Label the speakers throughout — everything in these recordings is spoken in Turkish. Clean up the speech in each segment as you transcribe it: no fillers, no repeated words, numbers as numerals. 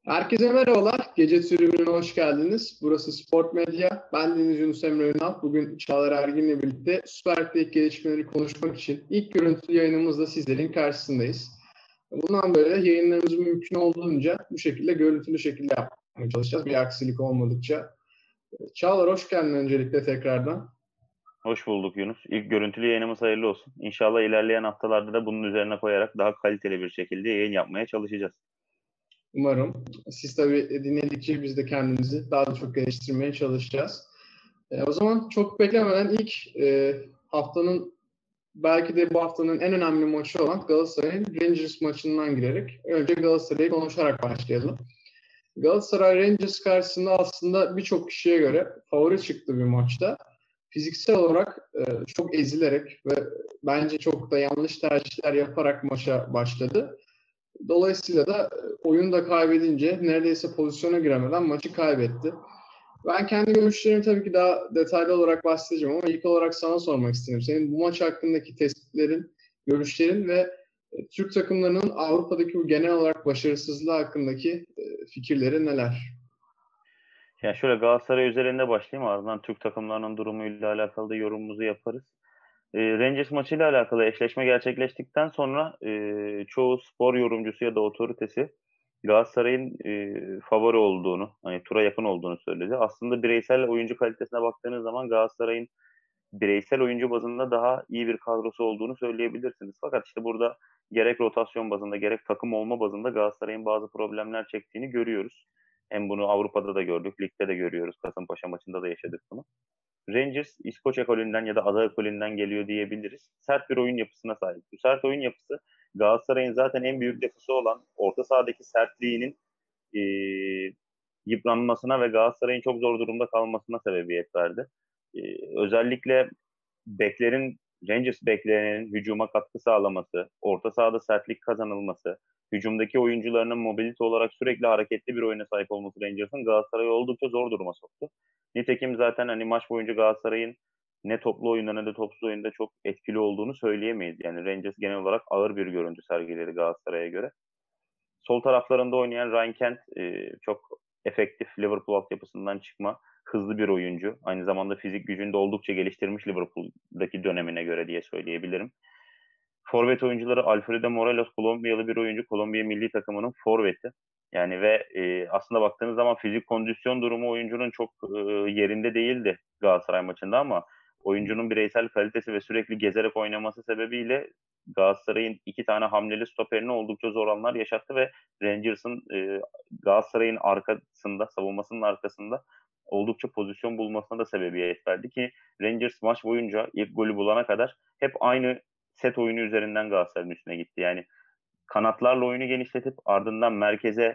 Speaker 1: Herkese merhabalar. Gece tribününe hoş geldiniz. Burası Sport Medya. Ben Deniz Yunus Emre Ünal. Bugün Çağlar Ergin'le birlikte Süper Lig'deki gelişmeleri konuşmak için ilk görüntülü yayınımızda sizlerin karşısındayız. Bundan böyle yayınlarımızı mümkün olduğunca bu şekilde görüntülü şekilde yapmaya çalışacağız. Bir aksilik olmadıkça. Çağlar hoş geldin öncelikle tekrardan.
Speaker 2: Hoş bulduk Yunus. İlk görüntülü yayınımız hayırlı olsun. İnşallah ilerleyen haftalarda da bunun üzerine koyarak daha kaliteli bir şekilde yayın yapmaya çalışacağız.
Speaker 1: Umarım. Siz tabii dinledikçe biz de kendimizi daha da çok geliştirmeye çalışacağız. O zaman çok beklemeden ilk haftanın belki de bu haftanın en önemli maçı olan Galatasaray'ın Rangers maçından girerek önce Galatasaray'ı konuşarak başlayalım. Galatasaray Rangers karşısında aslında birçok kişiye göre favori çıktı bir maçta. Fiziksel olarak çok ezilerek ve bence çok da yanlış tercihler yaparak maça başladı. Dolayısıyla da oyunu da kaybedince neredeyse pozisyona giremeden maçı kaybetti. Ben kendi görüşlerimi tabii ki daha detaylı olarak bahsedeceğim ama ilk olarak sana sormak istedim. Senin bu maç hakkındaki tespitlerin, görüşlerin ve Türk takımlarının Avrupa'daki bu genel olarak başarısızlığı hakkındaki fikirleri neler?
Speaker 2: Yani şöyle Galatasaray üzerinde başlayayım. Ardından Türk takımlarının durumuyla alakalı da yorumumuzu yaparız. Rangers maçıyla alakalı eşleşme gerçekleştikten sonra çoğu spor yorumcusu ya da otoritesi Galatasaray'ın favori olduğunu, hani tura yakın olduğunu söyledi. Aslında bireysel oyuncu kalitesine baktığınız zaman Galatasaray'ın bireysel oyuncu bazında daha iyi bir kadrosu olduğunu söyleyebilirsiniz. Fakat işte burada gerek rotasyon bazında gerek takım olma bazında Galatasaray'ın bazı problemler çektiğini görüyoruz. Hem bunu Avrupa'da da gördük, ligde de görüyoruz. Kasımpaşa maçında da yaşadık bunu. Rangers, İskoç ekolünden ya da ada ekolünden geliyor diyebiliriz. Sert bir oyun yapısına sahip. Bu sert oyun yapısı Galatasaray'ın zaten en büyük defosu olan orta sahadaki sertliğinin e, yıpranmasına ve Galatasaray'ın çok zor durumda kalmasına sebebiyet verdi. E, Özellikle beklerin Rangers beklerinin hücuma katkı sağlaması, orta sahada sertlik kazanılması, hücumdaki oyuncularının mobilite olarak sürekli hareketli bir oyuna sahip olması Rangers'ın Galatasaray'ı oldukça zor duruma soktu. Nitekim zaten hani maç boyunca Galatasaray'ın ne toplu oyunda ne de topsuz oyunda çok etkili olduğunu söyleyemeyiz. Yani Rangers genel olarak ağır bir görüntü sergiledi Galatasaray'a göre. Sol taraflarında oynayan Ryan Kent çok efektif Liverpool altyapısından çıkma hızlı bir oyuncu. Aynı zamanda fizik gücünü de oldukça geliştirmiş Liverpool'daki dönemine göre diye söyleyebilirim. Forvet oyuncuları Alfredo Morelos Kolombiyalı bir oyuncu. Kolombiya milli takımının forveti. Yani ve aslında baktığınız zaman fizik kondisyon durumu oyuncunun çok yerinde değildi Galatasaray maçında ama oyuncunun bireysel kalitesi ve sürekli gezerek oynaması sebebiyle Galatasaray'ın iki tane hamleli stoperine oldukça zor anlar yaşattı ve Rangers'ın Galatasaray'ın arkasında, savunmasının arkasında oldukça pozisyon bulmasına da sebebiyet verdi ki Rangers maç boyunca ilk golü bulana kadar hep aynı set oyunu üzerinden Galatasaray'ın üstüne gitti. Yani kanatlarla oyunu genişletip ardından merkeze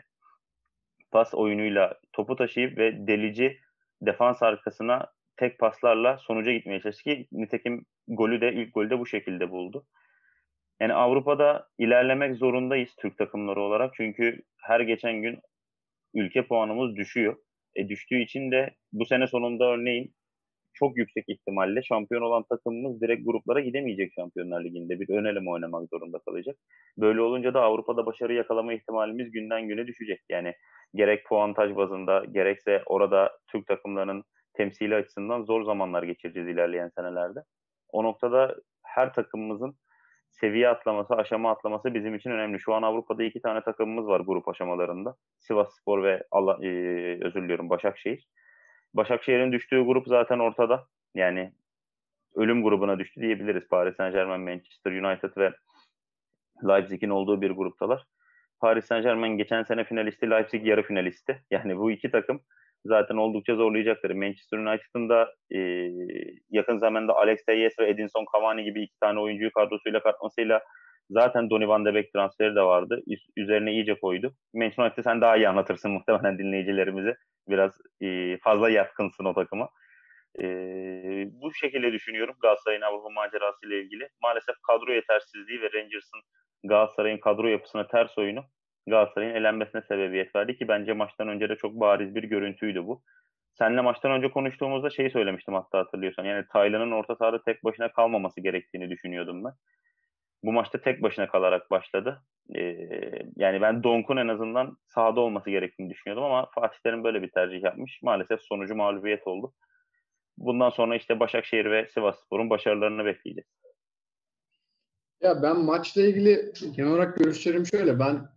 Speaker 2: pas oyunuyla topu taşıyıp ve delici defans arkasına tek paslarla sonuca gitmeye çalıştı ki nitekim ilk golü de bu şekilde buldu. Yani Avrupa'da ilerlemek zorundayız Türk takımları olarak çünkü her geçen gün ülke puanımız düşüyor. Düştüğü için de bu sene sonunda örneğin çok yüksek ihtimalle şampiyon olan takımımız direkt gruplara gidemeyecek Şampiyonlar Ligi'nde. Bir ön eleme oynamak zorunda kalacak. Böyle olunca da Avrupa'da başarı yakalama ihtimalimiz günden güne düşecek. Yani gerek puantaj bazında gerekse orada Türk takımlarının temsili açısından zor zamanlar geçireceğiz ilerleyen senelerde. O noktada her takımımızın seviye atlaması, aşama atlaması bizim için önemli. Şu an Avrupa'da iki tane takımımız var grup aşamalarında. Sivasspor ve özür diliyorum Başakşehir. Başakşehir'in düştüğü grup zaten ortada. Yani ölüm grubuna düştü diyebiliriz. Paris Saint-Germain, Manchester United ve Leipzig'in olduğu bir gruptalar. Paris Saint-Germain geçen sene finalisti, Leipzig yarı finalisti. Yani bu iki takım zaten oldukça zorlayacaktır. Manchester United'ın da yakın zamanda Alex Telles ve Edinson Cavani gibi iki tane oyuncuyu kadrosuyla katmasıyla zaten Donny van de Beek transferi de vardı. Üzerine iyice koydu. Manchester United'ı sen daha iyi anlatırsın muhtemelen dinleyicilerimize. Biraz fazla yatkınsın o takıma. Bu şekilde düşünüyorum Galatasaray'ın Avrupa macerası ile ilgili. Maalesef kadro yetersizliği ve Rangers'ın Galatasaray'ın kadro yapısına ters oyunu Galatasaray'ın elenmesine sebebiyet verdi ki bence maçtan önce de çok bariz bir görüntüydü bu. Seninle maçtan önce konuştuğumuzda şeyi söylemiştim hatta hatırlıyorsan. Yani Taylan'ın orta sahada tek başına kalmaması gerektiğini düşünüyordum ben. Bu maçta tek başına kalarak başladı. Yani ben Donk'un en azından sahada olması gerektiğini düşünüyordum ama Fatih Terim böyle bir tercih yapmış. Maalesef sonucu mağlubiyet oldu. Bundan sonra işte Başakşehir ve Sivasspor'un başarılarını bekleyeceğiz.
Speaker 1: Ya ben maçla ilgili genel olarak görüşlerim şöyle. Ben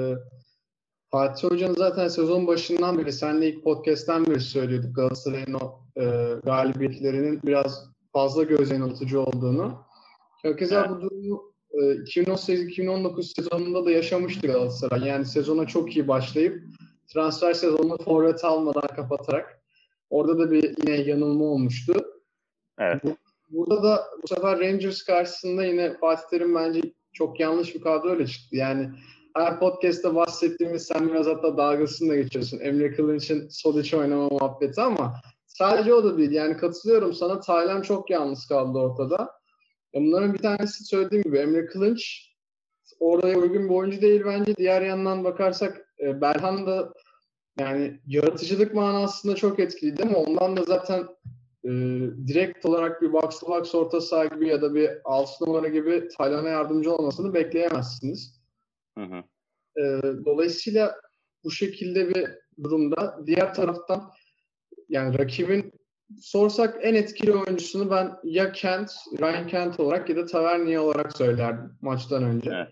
Speaker 1: Fatih Hoca'nın zaten sezon başından beri seninle ilk podcast'ten beri söylüyorduk Galatasaray'ın o galibiyetlerinin biraz fazla göz yanıltıcı olduğunu. Hakeza
Speaker 2: Evet.
Speaker 1: bu durumu 2018-2019 sezonunda da yaşamıştı Galatasaray. Yani sezona çok iyi başlayıp transfer sezonunu forvet almadan kapatarak orada da bir yine yanılma olmuştu.
Speaker 2: Evet.
Speaker 1: Burada da bu sefer Rangers karşısında yine Fatih Terim bence çok yanlış bir kadroyla çıktı. Yani her podcast'ta bahsettiğimiz, sen biraz hatta dalgasını da geçiyorsun. Emre Kılınç'ın Sodic oynama muhabbeti ama sadece o da değil. Yani katılıyorum sana, Taylan çok yalnız kaldı ortada. Bunların bir tanesi söylediğim gibi Emre Kılınç oraya uygun bir oyuncu değil bence. Diğer yandan bakarsak Belhan da yani yaratıcılık manasında çok etkiliydi ama ondan da zaten e, direkt olarak bir box to box orta saha gibi ya da bir 6 numara gibi Taylan'a yardımcı olmasını bekleyemezsiniz.
Speaker 2: Hı hı.
Speaker 1: Dolayısıyla bu şekilde bir durumda diğer taraftan yani rakibin sorsak en etkili oyuncusunu ben ya Ryan Kent olarak ya da Tavernier olarak söylerdim maçtan önce.
Speaker 2: Evet.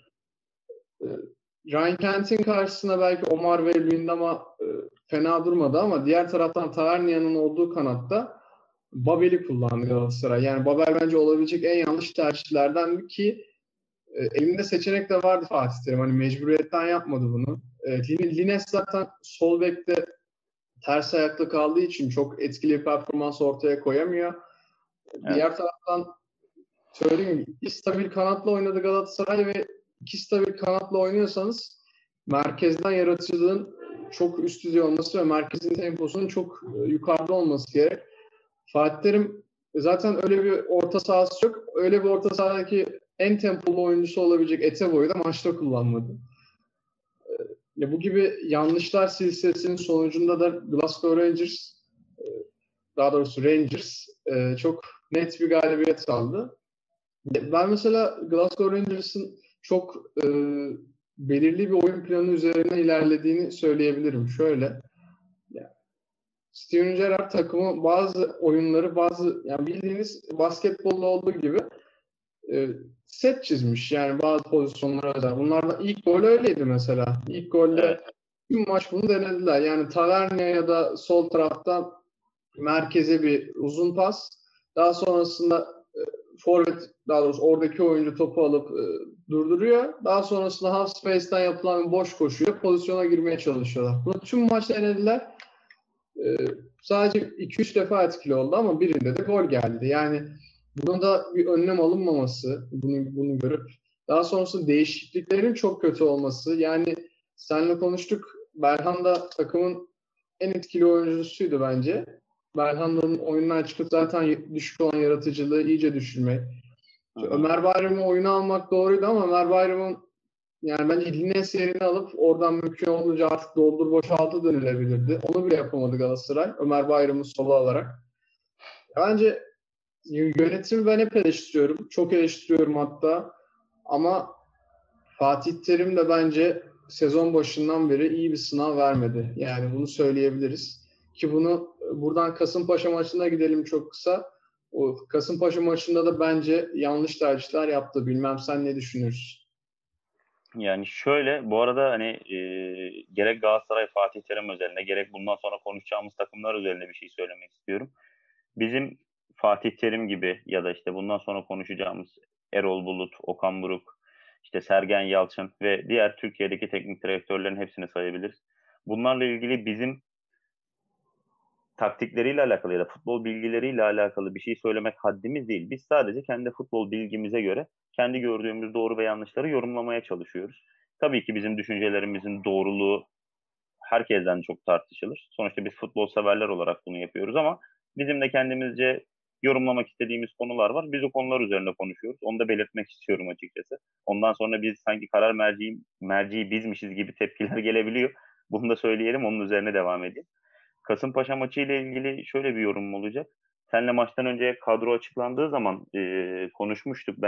Speaker 1: Ryan Kent'in karşısına belki Omar ve Luyendama fena durmadı ama diğer taraftan Tavernier'in olduğu kanatta Babel'i kullandı Galatasaray. Yani Babel bence olabilecek en yanlış tercihlerden ki elinde seçenek de vardı Fatih Terim. Hani mecburiyetten yapmadı bunu. Lines zaten sol bekte ters ayaklı kaldığı için çok etkili bir performans ortaya koyamıyor.
Speaker 2: Evet.
Speaker 1: Diğer taraftan söyleyeyim, iki stabil kanatla oynadı Galatasaray ve iki stabil kanatla oynuyorsanız merkezden yaratıcılığın çok üst düzey olması ve merkezin temposunun çok yukarıda olması gerek. Fatih Terim zaten öyle bir orta sahası yok. Öyle bir orta sahadaki en tempolu oyuncusu olabilecek Eteboy'u da maçta kullanmadı. Ya bu gibi yanlışlar silsilesinin sonucunda da Glasgow Rangers, daha doğrusu Rangers çok net bir galibiyet aldı. Ben mesela Glasgow Rangers'ın çok belirli bir oyun planı üzerine ilerlediğini söyleyebilirim. Şöyle, yani Steven Gerrard takımı bazı oyunları, yani bildiğiniz basketbolda olduğu gibi e, set çizmiş. Yani bazı pozisyonlara özel. Bunlardan ilk gol öyleydi mesela. İlk golde
Speaker 2: Evet.
Speaker 1: tüm maç bunu denediler. Yani Tavernier ya da sol taraftan merkeze bir uzun pas. Daha sonrasında forvet, daha doğrusu oradaki oyuncu topu alıp durduruyor. Daha sonrasında half space'ten yapılan bir boş koşuyor. Pozisyona girmeye çalışıyorlar. Bunu tüm maç denediler. E, Sadece 2-3 defa etkili oldu ama birinde de gol geldi. Yani buna da bir önlem alınmaması, bunu görüp daha sonrasında değişikliklerin çok kötü olması. Yani seninle konuştuk. Belhan da takımın en etkili oyuncusuydu bence. Belhanda'nın oyundan çıkıp zaten düşük olan yaratıcılığı iyice düşürmek.
Speaker 2: Hı hı.
Speaker 1: Ömer Bayram'ı oyuna almak doğruydu ama Ömer Bayram'ın yani bence Lines yerini alıp oradan mümkün olduğunca artık doldur boşaltı dönülebilirdi. Onu bile yapamadı Galatasaray. Ömer Bayram'ı sola alarak. Bence yönetimi ben hep eleştiriyorum. Çok eleştiriyorum hatta. Ama Fatih Terim de bence sezon başından beri iyi bir sınav vermedi. Yani bunu söyleyebiliriz. Ki bunu buradan Kasımpaşa maçına gidelim çok kısa. O Kasımpaşa maçında da bence yanlış tercihler yaptı. Bilmem sen ne düşünürsün?
Speaker 2: Yani şöyle, bu arada hani gerek Galatasaray Fatih Terim özelinde gerek bundan sonra konuşacağımız takımlar üzerinde bir şey söylemek istiyorum. Bizim Fatih Terim gibi ya da işte bundan sonra konuşacağımız Erol Bulut, Okan Buruk, işte Sergen Yalçın ve diğer Türkiye'deki teknik direktörlerin hepsini sayabiliriz. Bunlarla ilgili bizim taktikleriyle alakalı ya da futbol bilgileriyle alakalı bir şey söylemek haddimiz değil. Biz sadece kendi futbol bilgimize göre kendi gördüğümüz doğru ve yanlışları yorumlamaya çalışıyoruz. Tabii ki bizim düşüncelerimizin doğruluğu herkesten çok tartışılır. Sonuçta biz futbol severler olarak bunu yapıyoruz ama bizim de kendimizce yorumlamak istediğimiz konular var. Biz o konular üzerine konuşuyoruz. Onu da belirtmek istiyorum açıkçası. Ondan sonra biz sanki karar merci bizmişiz gibi tepkiler gelebiliyor. Bunu da söyleyelim, onun üzerine devam edeyim. Kasımpaşa maçı ile ilgili şöyle bir yorumum olacak. Seninle maçtan önce kadro açıklandığı zaman konuşmuştuk. Ben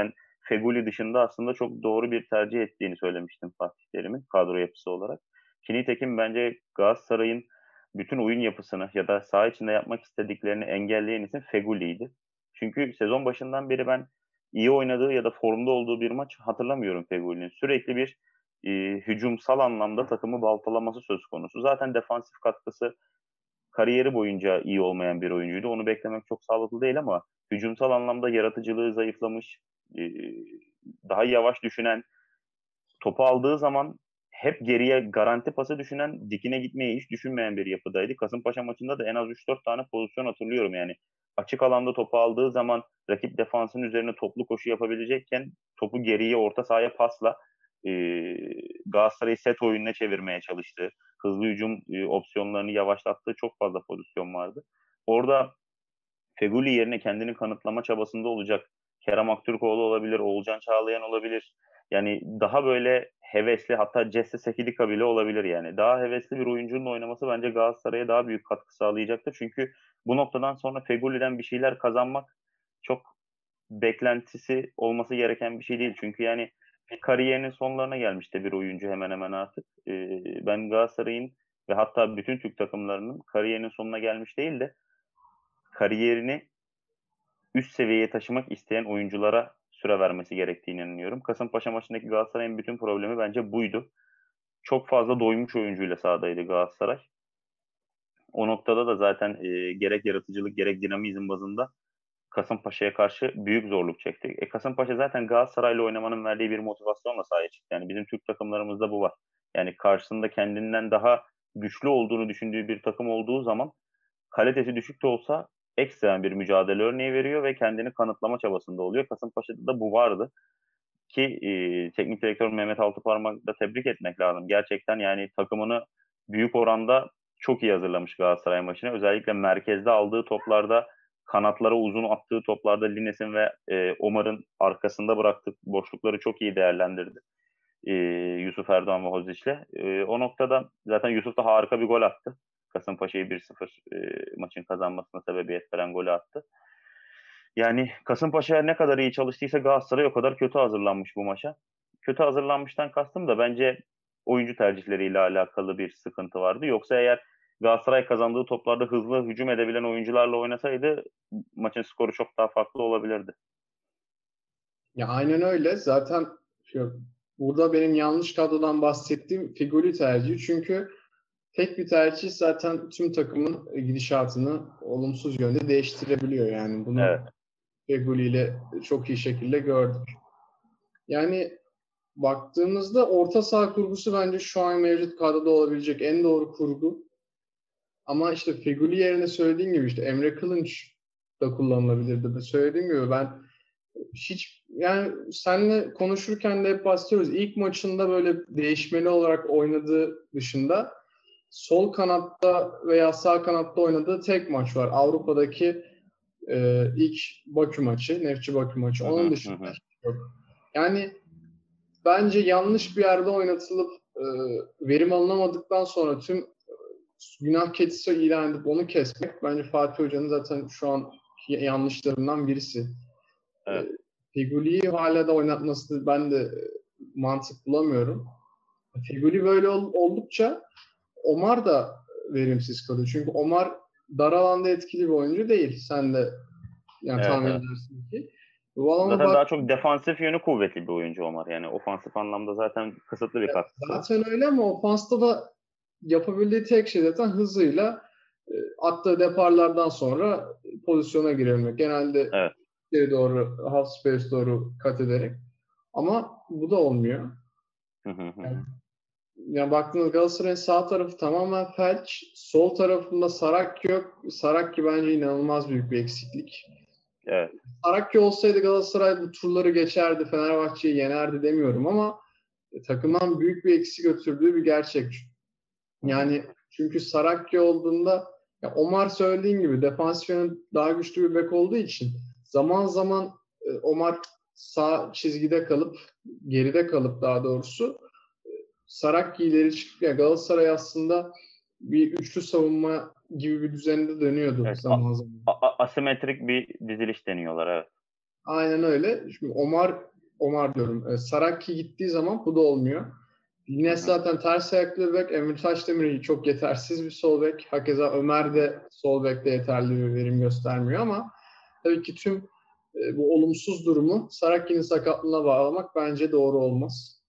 Speaker 2: Feguli dışında aslında çok doğru bir tercih ettiğini söylemiştim Fatih Terim'in kadro yapısı olarak. Ki nitekim bence Galatasaray'ın bütün oyun yapısını ya da saha içinde yapmak istediklerini engelleyen isim Feguli'ydi. Çünkü sezon başından beri ben iyi oynadığı ya da formda olduğu bir maç hatırlamıyorum Feguli'nin. Sürekli bir hücumsal anlamda takımı baltalaması söz konusu. Zaten defansif katkısı kariyeri boyunca iyi olmayan bir oyuncuydu. Onu beklemek çok sağlıklı değil ama hücumsal anlamda yaratıcılığı zayıflamış, daha yavaş düşünen, topu aldığı zaman hep geriye garanti pası düşünen, dikine gitmeyi hiç düşünmeyen bir yapıdaydı. Kasımpaşa maçında da en az 3-4 tane pozisyon hatırlıyorum yani. Açık alanda topu aldığı zaman rakip defansın üzerine toplu koşu yapabilecekken topu geriye orta sahaya pasla e, Galatasaray'ı set oyununa çevirmeye çalıştı. Hızlı hücum opsiyonlarını yavaşlattığı çok fazla pozisyon vardı. Orada Feguli yerine kendini kanıtlama çabasında olacak. Kerem Aktürkoğlu olabilir, Oğulcan Çağlayan olabilir. Yani daha böyle hevesli, hatta Jesse Sekidika bile olabilir yani. Daha hevesli bir oyuncunun oynaması bence Galatasaray'a daha büyük katkı sağlayacaktır. Çünkü bu noktadan sonra Feguli'den bir şeyler kazanmak çok beklentisi olması gereken bir şey değil. Çünkü yani kariyerinin sonlarına gelmişti bir oyuncu hemen hemen artık. Ben Galatasaray'ın ve hatta bütün Türk takımlarının kariyerinin sonuna gelmiş değil de kariyerini üst seviyeye taşımak isteyen oyunculara süre vermesi gerektiğini inanıyorum. Kasımpaşa maçındaki Galatasaray'ın bütün problemi bence buydu. Çok fazla doymuş oyuncuyla sahadaydı Galatasaray. O noktada da zaten gerek yaratıcılık gerek dinamizm bazında Kasımpaşa'ya karşı büyük zorluk çekti. Kasımpaşa zaten Galatasaray'la oynamanın verdiği bir motivasyonla sahaya çıktı. Yani bizim Türk takımlarımızda bu var. Yani karşısında kendinden daha güçlü olduğunu düşündüğü bir takım olduğu zaman kalitesi düşük de olsa ekstrem bir mücadele örneği veriyor ve kendini kanıtlama çabasında oluyor. Kasımpaşa'da da bu vardı ki teknik direktör Mehmet Altıparmak'ı da tebrik etmek lazım. Gerçekten yani takımını büyük oranda çok iyi hazırlamış Galatasaray maçına. Özellikle merkezde aldığı toplarda, kanatlara uzun attığı toplarda Lines'in ve Omar'ın arkasında bıraktığı boşlukları çok iyi değerlendirdi. Yusuf Erdoğan ve Hozic'le. O noktada zaten Yusuf da harika bir gol attı. Kasımpaşa'yı 1-0 maçın kazanmasına sebebiyet veren golü attı. Yani Kasımpaşa ne kadar iyi çalıştıysa Galatasaray o kadar kötü hazırlanmış bu maça. Kötü hazırlanmıştan kastım da bence oyuncu tercihleriyle alakalı bir sıkıntı vardı. Yoksa eğer Galatasaray kazandığı toplarda hızlı hücum edebilen oyuncularla oynasaydı maçın skoru çok daha farklı olabilirdi.
Speaker 1: Ya aynen öyle. Zaten burada benim yanlış kadrodan bahsettiğim Figuli tercihi. Çünkü tek bir tercih zaten tüm takımın gidişatını olumsuz yönde değiştirebiliyor. Yani bunu
Speaker 2: Evet.
Speaker 1: Figuli ile çok iyi şekilde gördük. Yani baktığımızda orta saha kurgusu bence şu an mevcut kadroda olabilecek en doğru kurgu. Ama işte Feguli yerine söylediğin gibi işte Emre Kılınç da kullanılabilirdi. Söylediğim gibi ben hiç yani seninle konuşurken de hep bahsediyoruz. İlk maçında böyle değişmeli olarak oynadığı dışında sol kanatta veya sağ kanatta oynadığı tek maç var. Avrupa'daki ilk Bakü maçı, Nefçi Bakü maçı. Onun dışında hiç yok. Yani bence yanlış bir yerde oynatılıp verim alınamadıktan sonra tüm günah keçisi ilan edip onu kesmek bence Fatih Hoca'nın zaten şu an yanlışlarından birisi.
Speaker 2: Evet.
Speaker 1: Figuli'yi hala da oynatması ben de mantık bulamıyorum. Figuli böyle oldukça Omar da verimsiz kalıyor. Çünkü Omar dar alanda etkili bir oyuncu değil. Sen de yani
Speaker 2: Evet,
Speaker 1: tahmin
Speaker 2: evet.
Speaker 1: edersin ki. Bu alana
Speaker 2: Zaten
Speaker 1: bak
Speaker 2: daha çok defansif yönü kuvvetli bir oyuncu Omar. Yani ofansif anlamda zaten kısıtlı bir katkısı var.
Speaker 1: zaten öyle ama ofansta da yapabildiği tek şey zaten hızıyla attığı deparlardan sonra pozisyona girebilmek. Genelde
Speaker 2: Evet.
Speaker 1: geri doğru, half space doğru kat ederek. Ama bu da olmuyor. Yani, yani baktığınız Galatasaray'ın sağ tarafı tamamen felç. Sol tarafında Sarakki yok. Sarakki bence inanılmaz büyük bir eksiklik.
Speaker 2: Evet.
Speaker 1: Sarakki olsaydı Galatasaray bu turları geçerdi, Fenerbahçe'yi yenerdi demiyorum ama takımdan büyük bir eksik götürdüğü bir gerçek. Yani çünkü Sarakki olduğunda ya Omar söylediğin gibi defansif yönü daha güçlü bir bek olduğu için zaman zaman Omar sağ çizgide kalıp geride kalıp daha doğrusu Sarakki ileri çıkıp ya Galatasaray aslında bir üçlü savunma gibi bir düzeninde dönüyordu
Speaker 2: Evet.
Speaker 1: zaman zaman.
Speaker 2: Asimetrik bir diziliş deniyorlar. Evet.
Speaker 1: Aynen öyle. Şimdi Omar Omar diyorum. Saraki gittiği zaman bu da olmuyor. Lines zaten ters ayaklı bek. Emre Taşdemir çok yetersiz bir sol bek. Hakeza Ömer de sol bekte yeterli bir verim göstermiyor ama tabii ki tüm bu olumsuz durumu Saraki'nin sakatlığına bağlamak bence doğru olmaz.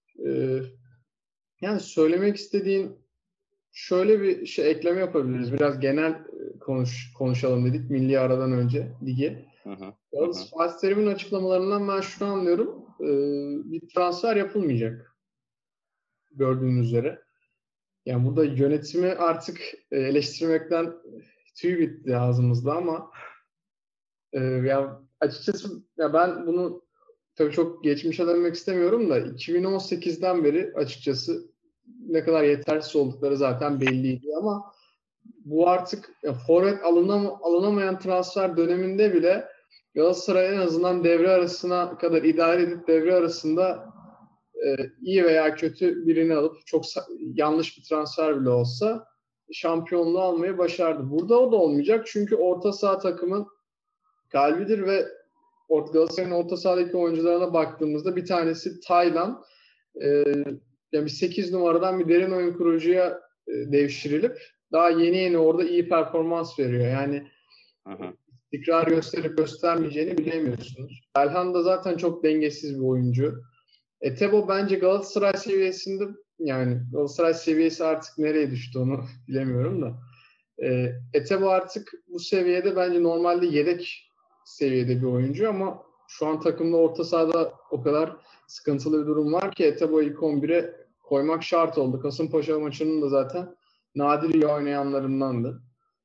Speaker 1: Yani söylemek istediğin şöyle bir şey ekleme yapabiliriz. Biraz genel konuşalım dedik milli aradan önce ligi. Yalnız Fatih Terim'in açıklamalarından ben şunu anlıyorum. Bir transfer yapılmayacak. Gördüğünüz üzere. Yani burada yönetimi artık eleştirmekten tüy bitti ağzımızda ama ya açıkçası ya ben bunu tabii çok geçmişe dönmek istemiyorum da 2018'den beri açıkçası ne kadar yetersiz oldukları zaten belliydi ama bu artık forvet alınamayan transfer döneminde bile Galatasaray en azından devre arasına kadar idare edip devre arasında iyi veya kötü birini alıp çok yanlış bir transfer bile olsa şampiyonluğu almayı başardı. Burada o da olmayacak çünkü orta saha takımın kalbidir ve Galatasaray'ın orta sahadaki oyuncularına baktığımızda bir tanesi Taylan. Yani bir 8 numaradan bir derin oyun kurucuya devşirilip daha yeni orada iyi performans veriyor. Yani istikrar gösterip göstermeyeceğini bilemiyorsunuz. Belhanda zaten çok dengesiz bir oyuncu. Etebo bence Galatasaray seviyesinde yani Galatasaray seviyesi artık nereye düştü onu bilemiyorum da. Etebo artık bu seviyede bence normalde yedek seviyede bir oyuncu ama şu an takımda orta sahada o kadar sıkıntılı bir durum var ki Etebo'yu ilk 11'e koymak şart oldu. Kasımpaşa maçının da zaten nadir iyi oynayanlarındandı.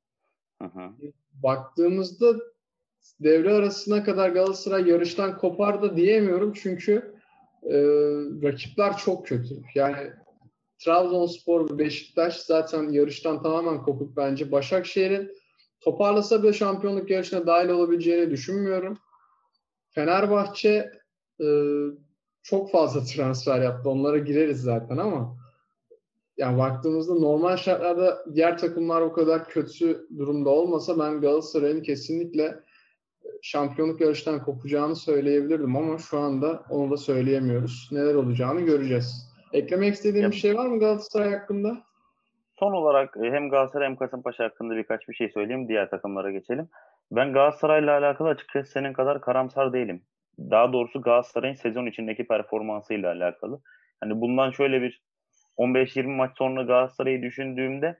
Speaker 1: Baktığımızda devre arasına kadar Galatasaray yarıştan kopardı diyemiyorum çünkü rakipler çok kötü. Yani Trabzonspor ve Beşiktaş zaten yarıştan tamamen kopuk bence. Başakşehir'in toparlasa bile şampiyonluk yarışına dahil olabileceğini düşünmüyorum. Fenerbahçe çok fazla transfer yaptı. Onlara gireriz zaten ama yani baktığımızda normal şartlarda diğer takımlar o kadar kötü durumda olmasa ben Galatasaray'ın kesinlikle şampiyonluk yarıştan kopacağını söyleyebilirdim ama şu anda onu da söyleyemiyoruz. Neler olacağını göreceğiz. Eklemek istediğim bir şey var mı Galatasaray hakkında?
Speaker 2: Son olarak hem Galatasaray hem Kasımpaşa hakkında birkaç bir şey söyleyeyim. Diğer takımlara geçelim. Ben Galatasaray'la alakalı açıkçası senin kadar karamsar değilim. Daha doğrusu Galatasaray'ın sezon içindeki performansıyla alakalı. Hani bundan şöyle bir 15-20 maç sonra Galatasaray'ı düşündüğümde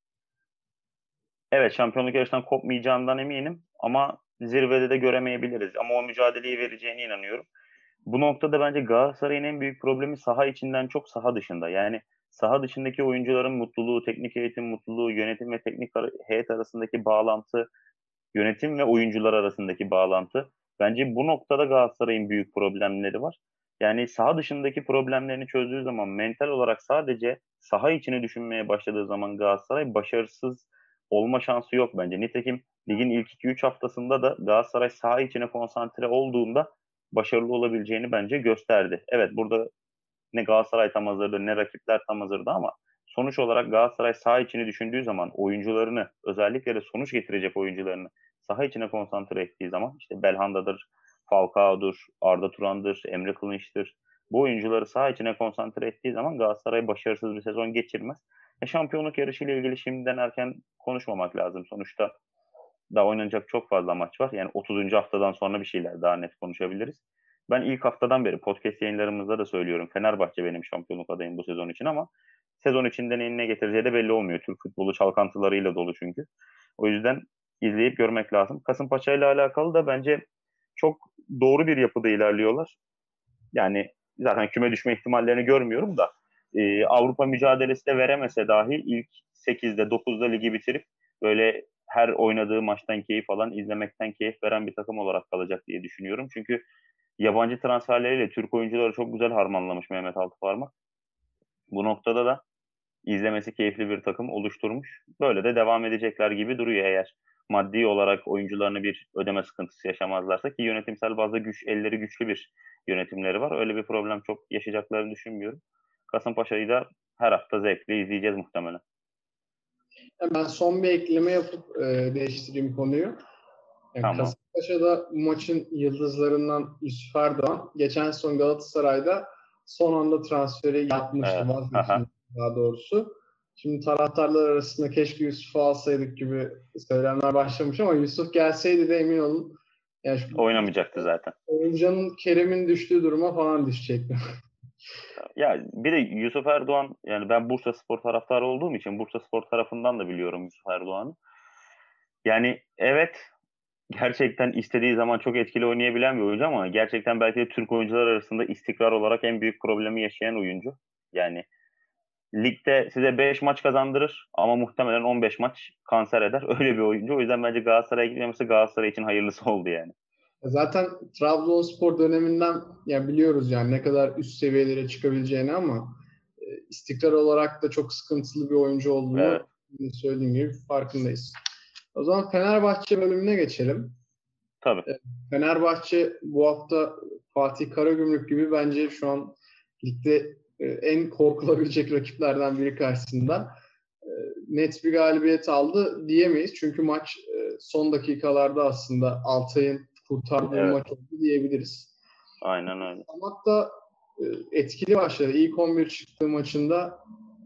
Speaker 2: evet şampiyonluk yarışından kopmayacağından eminim ama zirvede de göremeyebiliriz. Ama o mücadeleyi vereceğine inanıyorum. Bu noktada bence Galatasaray'ın en büyük problemi saha içinden çok saha dışında. Yani saha dışındaki oyuncuların mutluluğu, teknik eğitim mutluluğu, yönetim ve teknik heyet arasındaki bağlantı, yönetim ve oyuncular arasındaki bağlantı. Bence bu noktada Galatasaray'ın büyük problemleri var. Yani saha dışındaki problemlerini çözdüğü zaman mental olarak sadece saha içini düşünmeye başladığı zaman Galatasaray başarısız olma şansı yok bence. Nitekim ligin ilk 2-3 haftasında da Galatasaray saha içine konsantre olduğunda başarılı olabileceğini bence gösterdi. Evet burada ne Galatasaray tam hazırdı ne rakipler tam hazırdı ama sonuç olarak Galatasaray saha içini düşündüğü zaman oyuncularını özellikle de sonuç getirecek oyuncularını saha içine konsantre ettiği zaman işte Belhanda'dır, Falcao'dur, Arda Turan'dır, Emre Kılınç'tır. Bu oyuncuları saha içine konsantre ettiği zaman Galatasaray başarısız bir sezon geçirmez. Şampiyonluk yarışıyla ilgili şimdiden erken konuşmamak lazım. Sonuçta daha oynanacak çok fazla maç var. Yani 30. haftadan sonra bir şeyler daha net konuşabiliriz. Ben ilk haftadan beri podcast yayınlarımızda da söylüyorum. Fenerbahçe benim şampiyonluk adayım bu sezon için ama sezon içinde neyin ne getireceği de belli olmuyor. Türk futbolu çalkantılarıyla dolu çünkü. O yüzden izleyip görmek lazım. Kasımpaşa ile alakalı da bence çok doğru bir yapıda ilerliyorlar. Yani zaten küme düşme ihtimallerini görmüyorum da Avrupa mücadelesi de veremese dahi ilk 8'de 9'da ligi bitirip böyle her oynadığı maçtan keyif alan, izlemekten keyif veren bir takım olarak kalacak diye düşünüyorum. Çünkü yabancı transferleriyle Türk oyuncuları çok güzel harmanlamış Mehmet Altıparmak. Bu noktada da izlemesi keyifli bir takım oluşturmuş. Böyle de devam edecekler gibi duruyor eğer maddi olarak oyuncularını bir ödeme sıkıntısı yaşamazlarsa ki yönetimsel bazda elleri güçlü bir yönetimleri var. Öyle bir problem çok yaşayacaklarını düşünmüyorum. Kasımpaşa'yı da her hafta zevkle izleyeceğiz muhtemelen.
Speaker 1: Ben son bir ekleme yapıp değiştireyim konuyu. Yani
Speaker 2: Tamam.
Speaker 1: Beşiktaş'a bu maçın yıldızlarından Yusuf Erdoğan geçen son Galatasaray'da son anda transferi yapmıştı.
Speaker 2: Evet.
Speaker 1: Vazgeçmişti daha doğrusu. Şimdi taraftarlar arasında keşke Yusuf'u alsaydık gibi söylemler başlamış ama Yusuf gelseydi de emin olun yani
Speaker 2: Oynamayacaktı zaten.
Speaker 1: Oyunca'nın Kerem'in düştüğü duruma falan düşecekti.
Speaker 2: Ya bir de Yusuf Erdoğan, yani ben Bursaspor taraftarı olduğum için Bursaspor tarafından da biliyorum Yusuf Erdoğan'ı. Yani evet, gerçekten istediği zaman çok etkili oynayabilen bir oyuncu ama gerçekten belki de Türk oyuncular arasında istikrar olarak en büyük problemi yaşayan oyuncu. Yani ligde size 5 maç kazandırır ama muhtemelen 15 maç kanser eder. Öyle bir oyuncu. O yüzden bence Galatasaray'a gitmemesi Galatasaray için hayırlısı oldu yani.
Speaker 1: Zaten Trabzonspor döneminden ya biliyoruz yani ne kadar üst seviyelere çıkabileceğini ama istikrar olarak da çok sıkıntılı bir oyuncu
Speaker 2: Evet,
Speaker 1: olduğunu söylediğim gibi farkındayız. O zaman Fenerbahçe bölümüne geçelim.
Speaker 2: tabii.
Speaker 1: Fenerbahçe bu hafta Fatih Karagümrük gibi bence şu an ligde en korkulabilecek rakiplerden biri karşısında net bir galibiyet aldı diyemeyiz. Çünkü maç son dakikalarda aslında Altay'ın kurtardığı
Speaker 2: Evet,
Speaker 1: maç oldu diyebiliriz.
Speaker 2: aynen öyle.
Speaker 1: Samat da etkili başladı. İlk 11 çıktığı maçında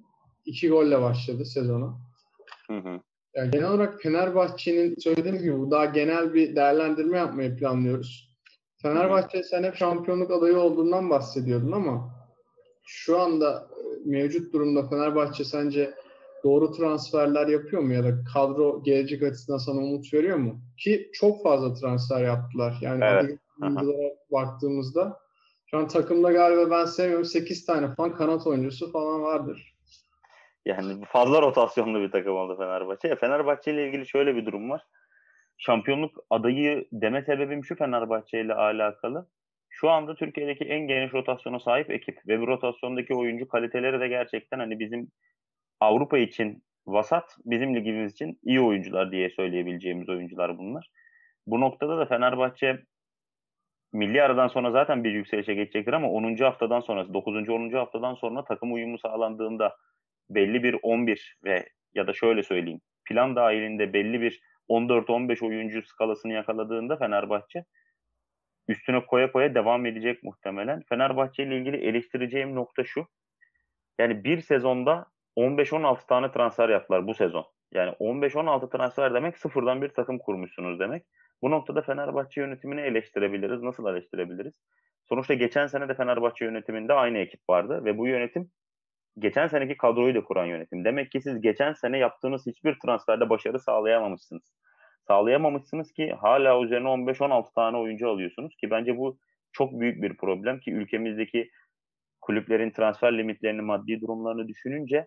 Speaker 1: 2 golle başladı sezona.
Speaker 2: Hı hı.
Speaker 1: Yani genel olarak Fenerbahçe'nin söylediğim gibi bu daha genel bir değerlendirme yapmayı planlıyoruz.
Speaker 2: Hı hı.
Speaker 1: Fenerbahçe sen hep şampiyonluk adayı olduğundan bahsediyordun ama şu anda mevcut durumda Fenerbahçe sence doğru transferler yapıyor mu ya da kadro gelecek açısından sana umut veriyor mu? Ki çok fazla transfer yaptılar. Yani
Speaker 2: Evet.
Speaker 1: adı
Speaker 2: Hı hı.
Speaker 1: yıldızlara baktığımızda şu an takımda galiba ben sevmiyorum 8 tane falan kanat oyuncusu falan vardır.
Speaker 2: Yani fazla rotasyonlu bir takım oldu Fenerbahçe. Fenerbahçe ile ilgili şöyle bir durum var. Şampiyonluk adayı deme sebebim şu Fenerbahçe ile alakalı. Şu anda Türkiye'deki en geniş rotasyona sahip ekip ve bu rotasyondaki oyuncu kaliteleri de gerçekten hani bizim Avrupa için vasat, bizim ligimiz için iyi oyuncular diye söyleyebileceğimiz oyuncular bunlar. Bu noktada da Fenerbahçe milli aradan sonra zaten bir yükselişe geçecektir ama 10. haftadan sonra, 9. 10. haftadan sonra takım uyumu sağlandığında belli bir 11 ve ya da şöyle söyleyeyim, plan dahilinde belli bir 14-15 oyuncu skalasını yakaladığında Fenerbahçe üstüne koya koya devam edecek muhtemelen. Fenerbahçe ile ilgili eleştireceğim nokta şu. Yani bir sezonda 15-16 tane transfer yaptılar bu sezon. Yani 15-16 transfer demek sıfırdan bir takım kurmuşsunuz demek. Bu noktada Fenerbahçe yönetimini eleştirebiliriz. Nasıl eleştirebiliriz? Sonuçta geçen sene de Fenerbahçe yönetiminde aynı ekip vardı ve bu yönetim geçen seneki kadroyu da kuran yönetim. Demek ki siz geçen sene yaptığınız hiçbir transferde başarı sağlayamamışsınız. Sağlayamamışsınız ki hala üzerine 15-16 tane oyuncu alıyorsunuz ki bence bu çok büyük bir problem ki ülkemizdeki kulüplerin transfer limitlerini, maddi durumlarını düşününce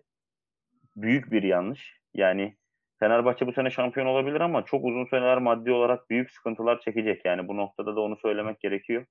Speaker 2: büyük bir yanlış. Yani Fenerbahçe bu sene şampiyon olabilir ama çok uzun seneler maddi olarak büyük sıkıntılar çekecek. Yani bu noktada da onu söylemek gerekiyor.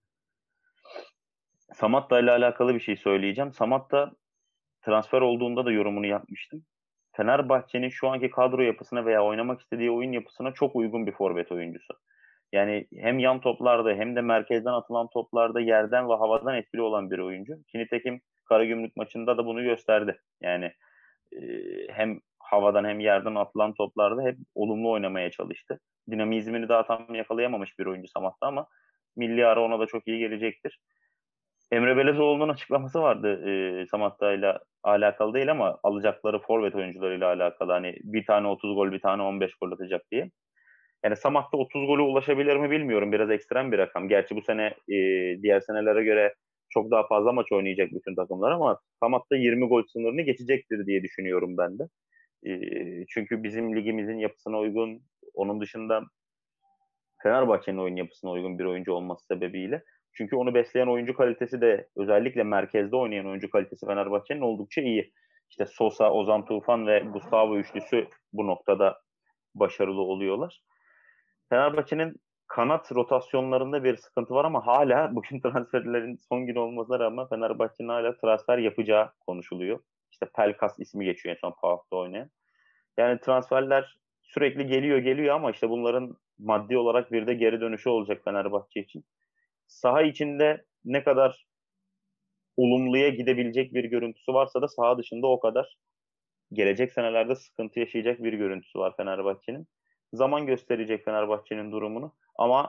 Speaker 2: Samatta ile alakalı bir şey söyleyeceğim. Samatta transfer olduğunda da yorumunu yapmıştım. Fenerbahçe'nin şu anki kadro yapısına veya oynamak istediği oyun yapısına çok uygun bir forvet oyuncusu. Yani hem yan toplarda hem de merkezden atılan toplarda yerden ve havadan etkili olan bir oyuncu. Nitekim Karagümrük maçında da bunu gösterdi. Yani hem havadan hem yerden atılan toplarda hep olumlu oynamaya çalıştı. Dinamizmini daha tam yakalayamamış bir oyuncu Samatta ama milli ara ona da çok iyi gelecektir. Emre Belezoğlu'nun açıklaması vardı Samatta ile alakalı değil ama alacakları forvet oyuncularıyla alakalı. Hani bir tane 30 gol, bir tane 15 gol atacak diye. Yani Samatta 30 golü ulaşabilir mi bilmiyorum. Biraz ekstrem bir rakam. Gerçi bu sene diğer senelere göre çok daha fazla maç oynayacak bütün takımlar ama Samatta 20 gol sınırını geçecektir diye düşünüyorum ben de. Çünkü bizim ligimizin yapısına uygun, onun dışında Fenerbahçe'nin oyun yapısına uygun bir oyuncu olması sebebiyle. Çünkü onu besleyen oyuncu kalitesi de özellikle merkezde oynayan oyuncu kalitesi Fenerbahçe'nin oldukça iyi. İşte Sosa, Ozan Tufan ve Gustavo üçlüsü bu noktada başarılı oluyorlar. Fenerbahçe'nin kanat rotasyonlarında bir sıkıntı var ama hala bugün transferlerin son günü olmasına rağmen Fenerbahçe'nin hala transfer yapacağı konuşuluyor. İşte Pelkas ismi geçiyor en son PAOK'ta oynayan. Yani transferler sürekli geliyor ama işte bunların maddi olarak bir de geri dönüşü olacak Fenerbahçe için. Saha içinde ne kadar olumluya gidebilecek bir görüntüsü varsa da saha dışında o kadar gelecek senelerde sıkıntı yaşayacak bir görüntüsü var Fenerbahçe'nin. Zaman gösterecek Fenerbahçe'nin durumunu ama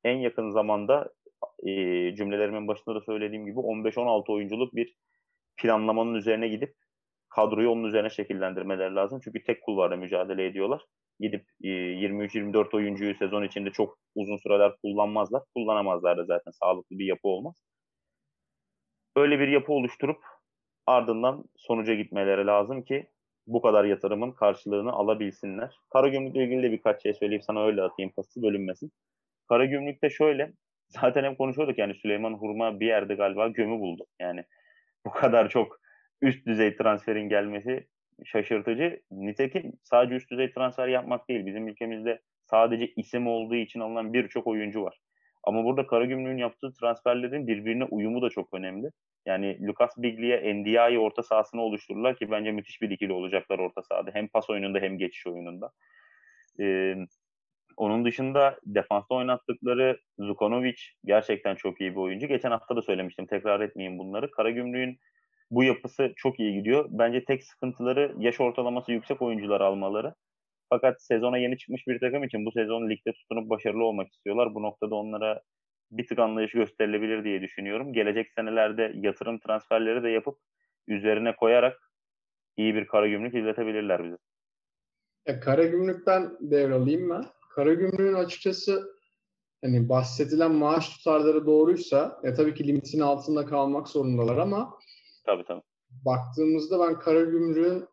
Speaker 2: en yakın zamanda cümlelerimin başında da söylediğim gibi 15-16 oyunculuk bir planlamanın üzerine gidip kadroyu onun üzerine şekillendirmeleri lazım. Çünkü tek kulvarla mücadele ediyorlar. Gidip 23-24 oyuncuyu sezon içinde çok uzun süreler kullanmazlar. Kullanamazlar da zaten. Sağlıklı bir yapı olmaz. Öyle bir yapı oluşturup ardından sonuca gitmeleri lazım ki bu kadar yatırımın karşılığını alabilsinler. Karagümrük'le ilgili de birkaç şey söyleyip sana öyle atayım, pası bölünmesin. Karagümrük'te şöyle, zaten hep konuşuyorduk yani Süleyman Hurma bir yerde galiba gömü buldu. Yani bu kadar çok üst düzey transferin gelmesi şaşırtıcı. Nitekim sadece üst düzey transfer yapmak değil. Bizim ülkemizde sadece isim olduğu için alınan birçok oyuncu var. Ama burada Karagümrük'ün yaptığı transferlerin birbirine uyumu da çok önemli. Yani Lucas Biglia, Ndiaye orta sahasını oluştururlar ki bence müthiş bir ikili olacaklar orta sahada. Hem pas oyununda hem geçiş oyununda. Onun dışında defansta oynattıkları Zukanovic gerçekten çok iyi bir oyuncu. Geçen hafta da söylemiştim, tekrar etmeyeyim bunları. Karagümrük'ün bu yapısı çok iyi gidiyor. Bence tek sıkıntıları yaş ortalaması yüksek oyuncular almaları. Fakat sezona yeni çıkmış bir takım için bu sezon ligde tutunup başarılı olmak istiyorlar. Bu noktada onlara bir tık anlayış gösterilebilir diye düşünüyorum. Gelecek senelerde yatırım transferleri de yapıp üzerine koyarak iyi bir Karagümrük izletebilirler bize.
Speaker 1: Karagümrük'ten devralayım ben. Karagümrük'ün açıkçası hani bahsedilen maaş tutarları doğruysa tabii ki limitin altında kalmak zorundalar ama
Speaker 2: Tabii.
Speaker 1: baktığımızda ben Karagümrük'ün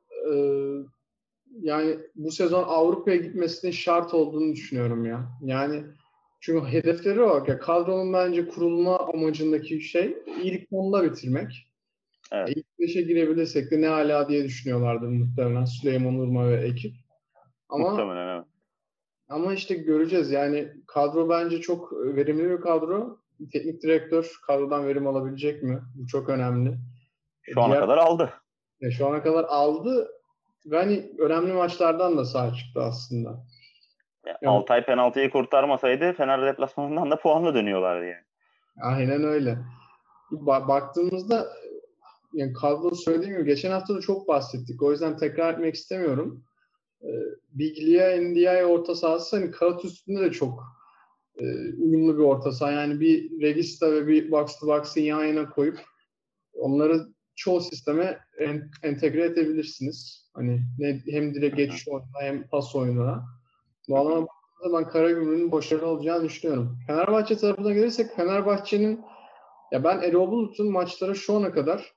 Speaker 1: yani bu sezon Avrupa'ya gitmesinin şart olduğunu düşünüyorum ya. Yani çünkü hedefleri o. Ya kadronun bence kurulma amacındaki şey ilk 10'da bitirmek.
Speaker 2: Evet.
Speaker 1: İlk 5'e girebilirsek de ne hala diye düşünüyorlardır muhtemelen Süleyman Urma ve ekip.
Speaker 2: Muhtemelen evet.
Speaker 1: Ama işte göreceğiz. Yani kadro bence çok verimli bir kadro. Teknik direktör kadrodan verim alabilecek mi? Bu çok önemli.
Speaker 2: Şu ana kadar aldı.
Speaker 1: Şu ana kadar aldı ve hani önemli maçlardan da sağ çıktı aslında.
Speaker 2: Altay penaltıyı kurtarmasaydı Fener deplasmanından da puanla dönüyorlardı yani.
Speaker 1: Aynen öyle. Baktığımızda yani kadro söylediğim gibi geçen hafta da çok bahsettik. O yüzden tekrar etmek istemiyorum. Biglia, Ndiaye orta sahası hani kağıt üstünde de çok uyumlu bir orta saha. Yani bir Regista ve bir box to box'ı yan yana koyup onları çoğu sisteme entegre edebilirsiniz. Hani hem direkt geçiş oyununa hem pas oyununa. Bu anlamda ben Karagümrük'ün başarılı olacağını düşünüyorum. Fenerbahçe tarafına gelirsek Fenerbahçe'nin ya ben Erol Bulut'un maçları şu ana kadar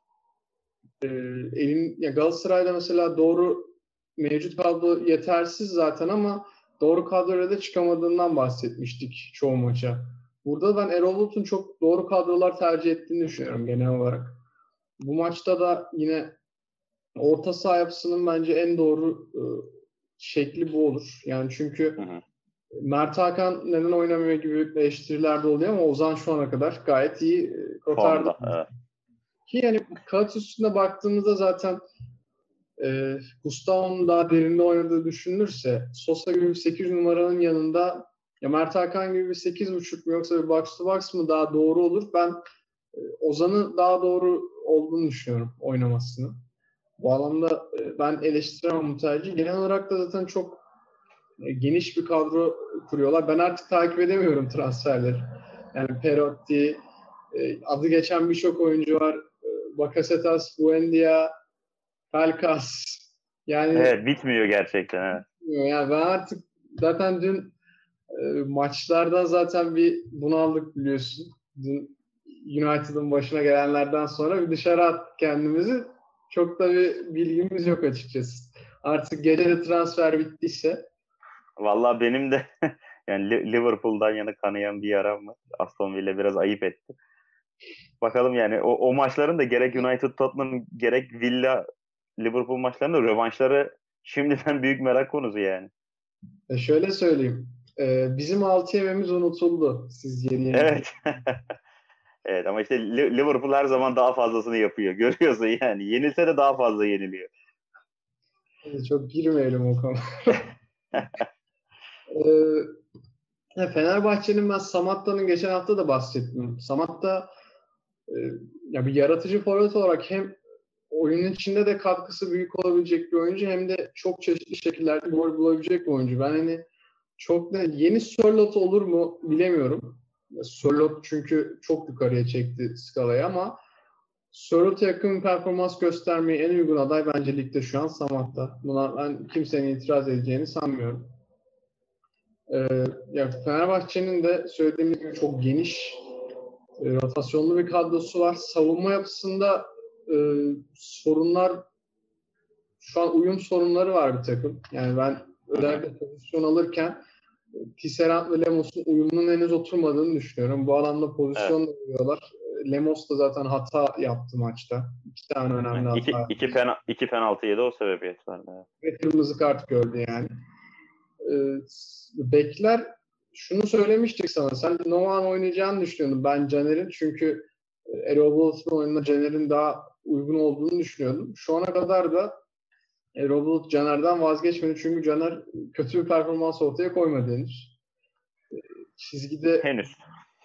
Speaker 1: Galatasaray'da mesela doğru mevcut kadro yetersiz zaten ama doğru kadroyla da çıkamadığından bahsetmiştik çoğu maça. Burada ben Erol Bulut'un çok doğru kadrolar tercih ettiğini düşünüyorum genel olarak. Bu maçta da yine orta saha yapısının bence en doğru şekli bu olur. Yani çünkü Mert Hakan neden oynamıyor gibi eleştiriler de oluyor ama Ozan şu ana kadar gayet iyi kurtardı.
Speaker 2: Evet.
Speaker 1: Ki yani kağıt üstünde baktığımızda zaten Gustavo'nun daha derinde oynadığı düşünülürse Sosa gibi bir 8 numaranın yanında ya Mert Hakan gibi bir 8.5 mu yoksa bir box to box mı daha doğru olur? Ben Ozan'ı daha doğru olduğunu düşünüyorum oynamasını. Bu alanda ben eleştiremem bu tercihi. Genel olarak da zaten çok geniş bir kadro kuruyorlar. Ben artık takip edemiyorum transferleri. Yani Perotti, adı geçen birçok oyuncu var. Bakasetas, Buendia, Pelkas. Yani
Speaker 2: Evet, bitmiyor gerçekten. Evet.
Speaker 1: yani ben artık zaten dün maçlardan zaten bir bunaldık biliyorsun. Dün United'ın başına gelenlerden sonra bir dışarı attık kendimizi. Çok da bir bilgimiz yok açıkçası. Artık gece de transfer bittiyse.
Speaker 2: Vallahi benim de yani Liverpool'dan yana kanayan bir yaram var. Aston Villa biraz ayıp etti. Bakalım yani o maçların da gerek United Tottenham gerek Villa Liverpool maçlarının da rövanşları şimdiden büyük merak konusu yani.
Speaker 1: Şöyle söyleyeyim. Bizim 6 yememiz unutuldu. Siz yeni
Speaker 2: Evet. Evet ama işte Liverpool her zaman daha fazlasını yapıyor. Görüyorsun yani. Yenilse de daha fazla yeniliyor.
Speaker 1: Çok girmeyelim o konuda. Fenerbahçe'nin ben Samatta'nın geçen hafta da bahsettim. Samatta ya bir yaratıcı forvet olarak hem oyunun içinde de katkısı büyük olabilecek bir oyuncu hem de çok çeşitli şekillerde gol bulabilecek bir oyuncu. Ben hani çok yeni Sörloth olur mu bilemiyorum. Sörloth çünkü çok yukarıya çekti skalayı ama Sörloth'a yakın bir performans göstermeye en uygun aday bence ligde şu an Samatta. Buna ben kimsenin itiraz edeceğini sanmıyorum. Ya Fenerbahçe'nin de söylediğimiz gibi çok geniş, rotasyonlu bir kadrosu var. Savunma yapısında sorunlar, şu an uyum sorunları var bir takım. Yani ben özellikle pozisyon alırken Tisserand ve Lemos'un uyumunun henüz oturmadığını düşünüyorum. Bu alanda pozisyon da vuruyorlar. Lemos da zaten hata yaptı maçta. 2 tane önemli hata.
Speaker 2: İki penaltı yedi, o sebebiyet vardı.
Speaker 1: Ve kırmızı kart gördü yani. Bekler, şunu söylemiştik sana. Sen Novak'ın oynayacağını düşünüyordun. Ben Caner'in, çünkü Erol Bulut'un oyununa Caner'in daha uygun olduğunu düşünüyordum. Şu ana kadar da Erol Bulut Caner'den vazgeçmedi. Çünkü Caner kötü bir performans ortaya koymadı henüz. Çizgide
Speaker 2: henüz.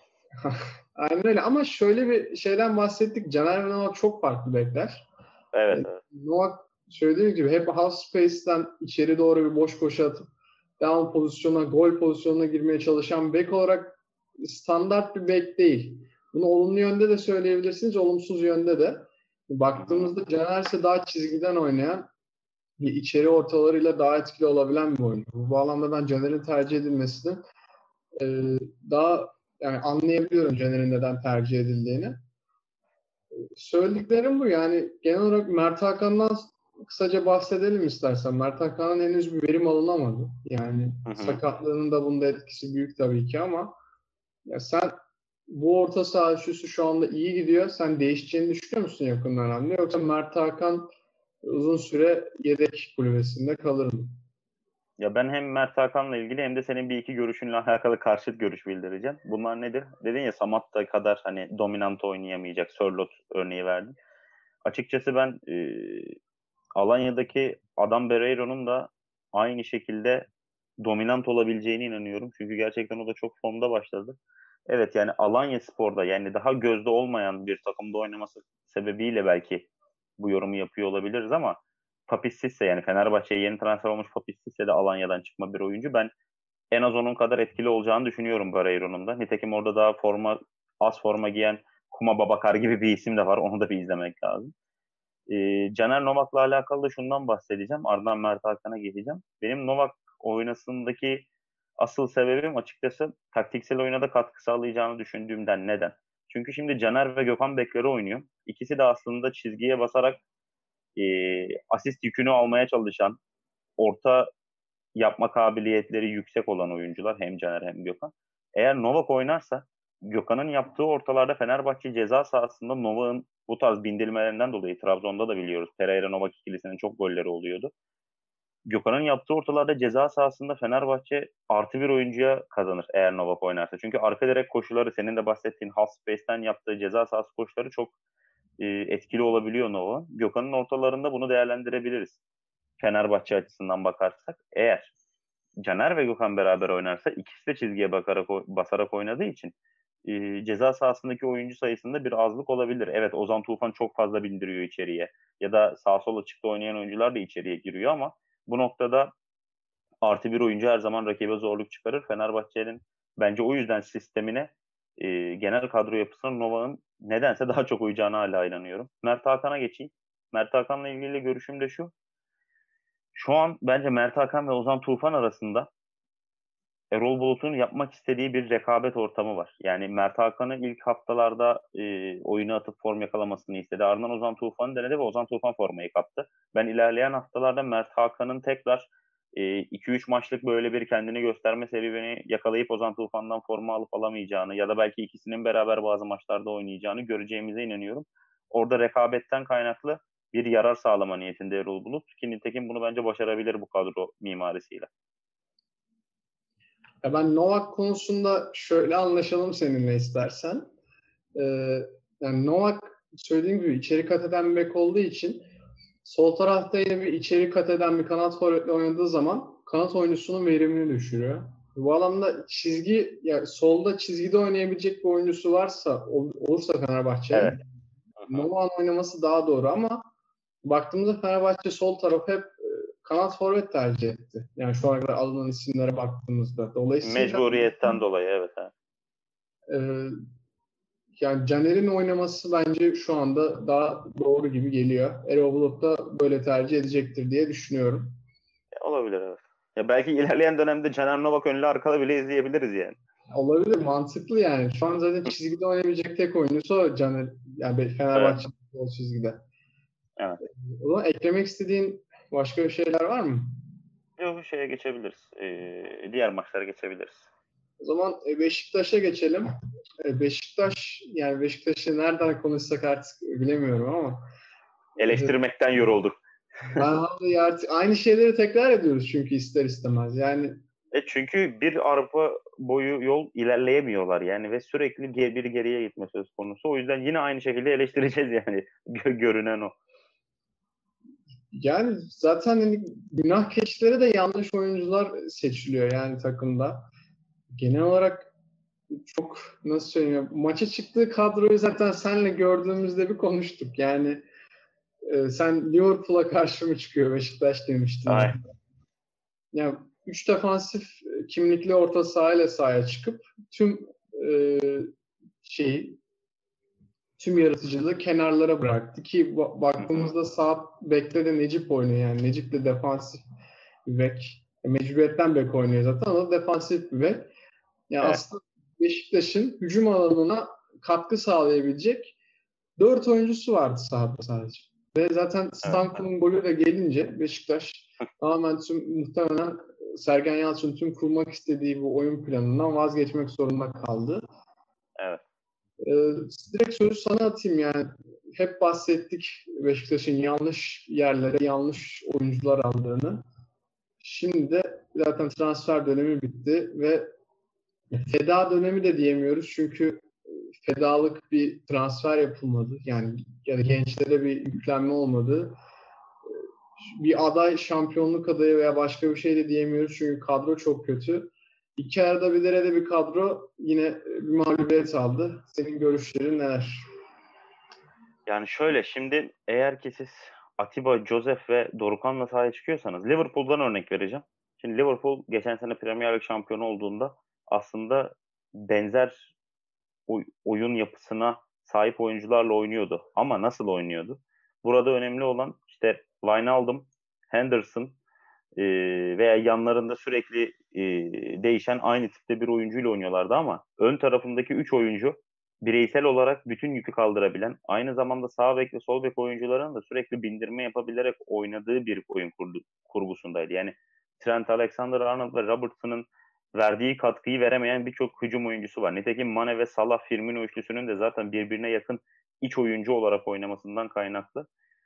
Speaker 1: Aynen öyle, ama şöyle bir şeyden bahsettik. Caner ve Novak çok farklı bekler.
Speaker 2: Evet.
Speaker 1: Novak söylediğim gibi hep half space'ten içeri doğru bir boş koşu atıp down pozisyonuna, gol pozisyonuna girmeye çalışan bek olarak standart bir bek değil. Bunu olumlu yönde de söyleyebilirsiniz, olumsuz yönde de. Baktığımızda Caner ise daha çizgiden oynayan, bir içeri ortalarıyla daha etkili olabilen bir oyuncu. Bu bağlamda ben Caner'in tercih edilmesini daha, yani anlayabiliyorum Caner'in neden tercih edildiğini. Söylediklerim bu. Yani genel olarak Mert Hakan'dan kısaca bahsedelim istersen. Mert Hakan'ın henüz bir verim alınamadı. Yani sakatlığının da bunda etkisi büyük tabii ki, ama ya sen bu orta saha üçlüsü şu anda iyi gidiyor. Sen değişeceğini düşünüyor musun yakın dönemde? Yoksa Mert Hakan uzun süre yedek kulübesinde kalır mı?
Speaker 2: Ya ben hem Mert Hakan'la ilgili hem de senin bir iki görüşünle alakalı karşıt görüş bildireceğim. Bunlar nedir? Dedin ya Samatta kadar hani dominant oynayamayacak. Sörloth örneği verdin. Açıkçası ben Alanya'daki Adam Bereiro'nun da aynı şekilde dominant olabileceğine inanıyorum. Çünkü gerçekten o da çok formda başladı. Evet, yani Alanya Spor'da, yani daha gözde olmayan bir takımda oynaması sebebiyle belki bu yorumu yapıyor olabiliriz ama Papis Cisse, yani Fenerbahçe'ye yeni transfer olmuş Papis Cisse de Alanya'dan çıkma bir oyuncu. Ben en az onun kadar etkili olacağını düşünüyorum Barreiro'nun da. Nitekim orada daha az forma giyen Kuma Babakar gibi bir isim de var. Onu da bir izlemek lazım. Caner Novak'la alakalı da şundan bahsedeceğim. Ardından Mert Hakan'a geçeceğim. Benim Novak oynasındaki asıl sebebim açıkçası taktiksel oyuna da katkı sağlayacağını düşündüğümden. Neden? Çünkü şimdi Caner ve Gökhan bekleri oynuyor. İkisi de aslında çizgiye basarak asist yükünü almaya çalışan, orta yapma kabiliyetleri yüksek olan oyuncular, hem Caner hem Gökhan. Eğer Novak oynarsa Gökhan'ın yaptığı ortalarda Fenerbahçe ceza sahasında Novak'ın bu tarz bindirmelerinden dolayı, Trabzon'da da biliyoruz Pereira Novak ikilisinin çok golleri oluyordu. Gökhan'ın yaptığı ortalarda ceza sahasında Fenerbahçe artı bir oyuncuya kazanır eğer Novak oynarsa. Çünkü arka direk koşuları, senin de bahsettiğin half space'ten yaptığı ceza sahası koşuları çok etkili olabiliyor Novak. Gökhan'ın ortalarında bunu değerlendirebiliriz. Fenerbahçe açısından bakarsak. Eğer Caner ve Gökhan beraber oynarsa ikisi de çizgiye basarak oynadığı için ceza sahasındaki oyuncu sayısında bir azlık olabilir. Evet, Ozan Tufan çok fazla bindiriyor içeriye. Ya da sağ sola çıktı oynayan oyuncular da içeriye giriyor ama bu noktada artı bir oyuncu her zaman rakibe zorluk çıkarır. Fenerbahçe'nin bence o yüzden sistemine, genel kadro yapısına Novak'ın nedense daha çok uyacağına hala inanıyorum. Mert Hakan'a geçeyim. Mert Hakan'la ilgili görüşüm de şu. Şu an bence Mert Hakan ve Ozan Tufan arasında Erol Bulut'un yapmak istediği bir rekabet ortamı var. Yani Mert Hakan'ı ilk haftalarda oyuna atıp form yakalamasını istedi. Ardından Ozan Tufan'ı denedi ve Ozan Tufan formayı kaptı. Ben ilerleyen haftalarda Mert Hakan'ın tekrar 2-3 maçlık böyle bir kendini gösterme serüveni yakalayıp Ozan Tufan'dan forma alıp alamayacağını ya da belki ikisinin beraber bazı maçlarda oynayacağını göreceğimize inanıyorum. Orada rekabetten kaynaklı bir yarar sağlama niyetinde Erol Bulut, ki nitekim bunu bence başarabilir bu kadro mimarisiyle.
Speaker 1: Ya ben Novak konusunda şöyle anlaşalım seninle istersen. Yani Novak söylediğim gibi içeri kat eden bir bek olduğu için sol tarafta yine bir içeri kat eden bir kanat forvetle oynadığı zaman kanat oyuncusunun verimini düşürüyor. Bu alanda yani solda çizgide oynayabilecek bir oyuncusu olursa Fenerbahçe'nin,
Speaker 2: Evet.
Speaker 1: Novak'ın oynaması daha doğru, ama baktığımızda Fenerbahçe sol tarafı hep kanat forvet tercih etti. Yani şu ana kadar alınan isimlere baktığımızda. Dolayısıyla
Speaker 2: Mecburiyetten dolayı, evet.
Speaker 1: Yani Caner'in oynaması bence şu anda daha doğru gibi geliyor. Erol Bulut da böyle tercih edecektir diye düşünüyorum.
Speaker 2: Olabilir, evet. Ya belki ilerleyen dönemde Caner Novak önlü arkalı bile izleyebiliriz yani.
Speaker 1: Olabilir, mantıklı yani. Şu an zaten çizgide oynayabilecek tek oyuncusu o Caner. Yani
Speaker 2: Evet.
Speaker 1: Fenerbahçe futbol çizgide.
Speaker 2: Evet.
Speaker 1: O zaman eklemek istediğin başka bir şeyler var mı?
Speaker 2: Yok, şeye geçebiliriz. Diğer maçlara geçebiliriz.
Speaker 1: O zaman Beşiktaş'a geçelim. Beşiktaş, yani Beşiktaş'ı nereden konuşsak artık bilemiyorum ama
Speaker 2: Eleştirmekten yorulduk.
Speaker 1: ben abi artık aynı şeyleri tekrar ediyoruz çünkü ister istemez. Yani
Speaker 2: Çünkü bir arpa boyu yol ilerleyemiyorlar yani ve sürekli bir geriye gitme söz konusu. O yüzden yine aynı şekilde eleştireceğiz yani. Görünen o.
Speaker 1: yani zaten hani günah keçileri de yanlış oyuncular seçiliyor yani takımda. Genel olarak çok, nasıl söyleyeyim, maça çıktığı kadroyu zaten senle gördüğümüzde bir konuştuk. Yani sen Liverpool'a karşı mı çıkıyor Beşiktaş demiştin.
Speaker 2: Ay,
Speaker 1: Yani 3 defansif kimlikli orta sahayla sahaya çıkıp tüm e, şeyi tüm yaratıcılığı kenarlara bıraktı ki baktığımızda sağ bekte de Necip oynuyor, yani Necip de defansif bir bek. Mecburiyetten bek oynuyor zaten, ama defansif bir bek. Yani
Speaker 2: evet.
Speaker 1: aslında Beşiktaş'ın hücum alanına katkı sağlayabilecek 4 oyuncusu vardı sahada sadece. Ve zaten
Speaker 2: Evet.
Speaker 1: Stanko'nun golü de gelince Beşiktaş tamamen muhtemelen Sergen Yalçın tüm kurmak istediği bu oyun planından vazgeçmek zorunda kaldı.
Speaker 2: Evet.
Speaker 1: Ee, Direkt sözü sana atayım yani. Hep bahsettik Beşiktaş'ın yanlış yerlere yanlış oyuncular aldığını. Şimdi de zaten transfer dönemi bitti ve feda dönemi de diyemiyoruz çünkü fedalık bir transfer yapılmadı. Yani ya da gençlere bir yüklenme olmadı. Bir aday, şampiyonluk adayı veya başka bir şey de diyemiyoruz çünkü kadro çok kötü. İki arada bir derede bir kadro yine bir mağlubiyet aldı. Senin görüşlerin neler?
Speaker 2: Yani şöyle, şimdi eğer ki siz Atiba, Joseph ve Dorukhan'la sahaya çıkıyorsanız, Liverpool'dan örnek vereceğim. Şimdi Liverpool geçen sene Premier Lig şampiyonu olduğunda aslında benzer oyun yapısına sahip oyuncularla oynuyordu. Ama nasıl oynuyordu? Burada önemli olan işte Wijnaldum, Henderson veya yanlarında sürekli değişen aynı tipte bir oyuncuyla oynuyorlardı ama ön tarafındaki 3 oyuncu bireysel olarak bütün yükü kaldırabilen, aynı zamanda sağ bek ve sol bek oyuncuların da sürekli bindirme yapabilerek oynadığı bir oyun kurgusundaydı. Yani Trent Alexander-Arnold ve Robertson'ın verdiği katkıyı veremeyen birçok hücum oyuncusu var. Nitekim Mane ve Salah Firmino üçlüsünün de zaten birbirine yakın iç oyuncu olarak oynamasından kaynaklı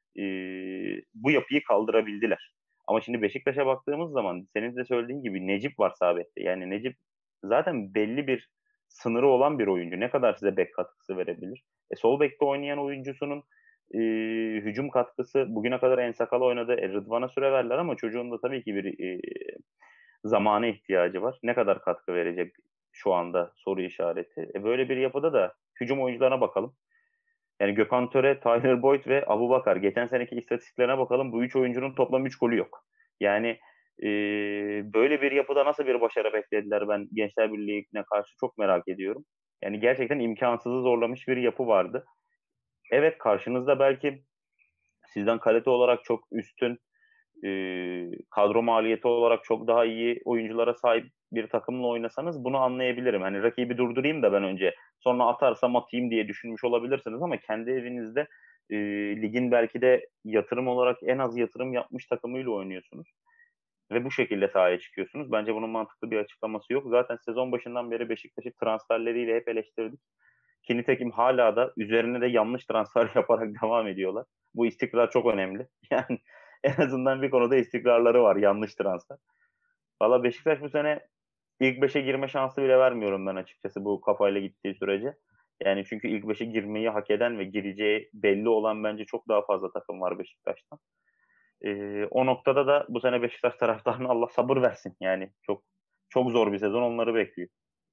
Speaker 2: bu yapıyı kaldırabildiler. Ama şimdi Beşiktaş'a baktığımız zaman senin de söylediğin gibi Necip var sağ bekte. Yani Necip zaten belli bir sınırı olan bir oyuncu. Ne kadar size bek katkısı verebilir? Sol bekte oynayan oyuncusunun hücum katkısı bugüne kadar En Sakal oynadı. Rıdvan'a süre verdiler ama çocuğun da tabii ki bir zamana ihtiyacı var. Ne kadar katkı verecek şu anda soru işareti. Böyle bir yapıda da hücum oyuncularına bakalım. Yani Gökhan Töre, Tyler Boyd ve Abubakar. Geçen seneki istatistiklerine bakalım. Bu üç oyuncunun toplam 3 golü yok. Yani böyle bir yapıda nasıl bir başarı beklediler, ben Gençler Birliği'ne karşı çok merak ediyorum. Yani gerçekten imkansızı zorlamış bir yapı vardı. Evet, karşınızda belki sizden kalite olarak çok üstün, kadro maliyeti olarak çok daha iyi oyunculara sahip bir takımla oynasanız bunu anlayabilirim. Hani rakibi durdurayım da ben önce sonra atarsam atayım diye düşünmüş olabilirsiniz ama kendi evinizde ligin belki de yatırım olarak en az yatırım yapmış takımıyla oynuyorsunuz. Ve bu şekilde sahaya çıkıyorsunuz. Bence bunun mantıklı bir açıklaması yok. Zaten sezon başından beri Beşiktaş'ı transferleriyle hep eleştirdik. Ki nitekim hala da üzerine de yanlış transfer yaparak devam ediyorlar. Bu istikrar çok önemli. Yani en azından bir konuda istikrarları var, yanlış transfer. Valla Beşiktaş bu sene ilk 5'e girme şansı bile vermiyorum ben açıkçası bu kafayla gittiği sürece. Yani çünkü ilk 5'e girmeyi hak eden ve gireceği belli olan bence çok daha fazla takım var Beşiktaş'tan. O noktada da bu sene Beşiktaş taraftarına Allah sabır versin. Yani çok çok zor bir sezon onları bekliyor.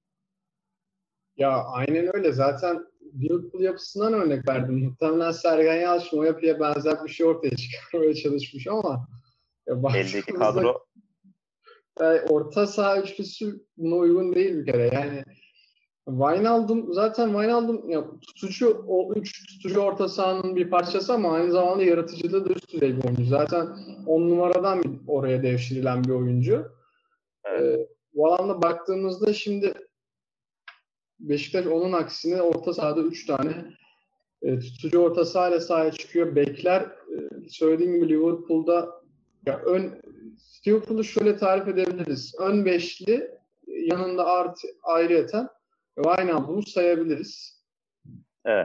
Speaker 1: Ya aynen öyle. Zaten Liverpool yapısından örnek verdim. Muhtemelen Sergen Yalçın o yapıya benzer bir şey ortaya çıkarmaya çalışmış ama ya
Speaker 2: Eldeki
Speaker 1: baktığımızda
Speaker 2: kadro
Speaker 1: orta saha üçlüsü buna uygun değil bir kere. Yani Wijnaldum ya, tutucu, o üç tutucu orta sahanın bir parçası ama aynı zamanda yaratıcılığı da üst düzey bir oyuncu. Zaten 10 numaradan oraya devşirilen bir oyuncu.
Speaker 2: Evet.
Speaker 1: Bu alanda baktığımızda şimdi Beşiktaş onun aksine orta sahada 3 tane tutucu orta sahayla sahaya çıkıyor. Bekler söylediğim gibi Liverpool'da ya Liverpool'u şöyle tarif edebiliriz. Ön beşli yanında ayrıyeten Wijnaldum'u sayabiliriz.
Speaker 2: Evet.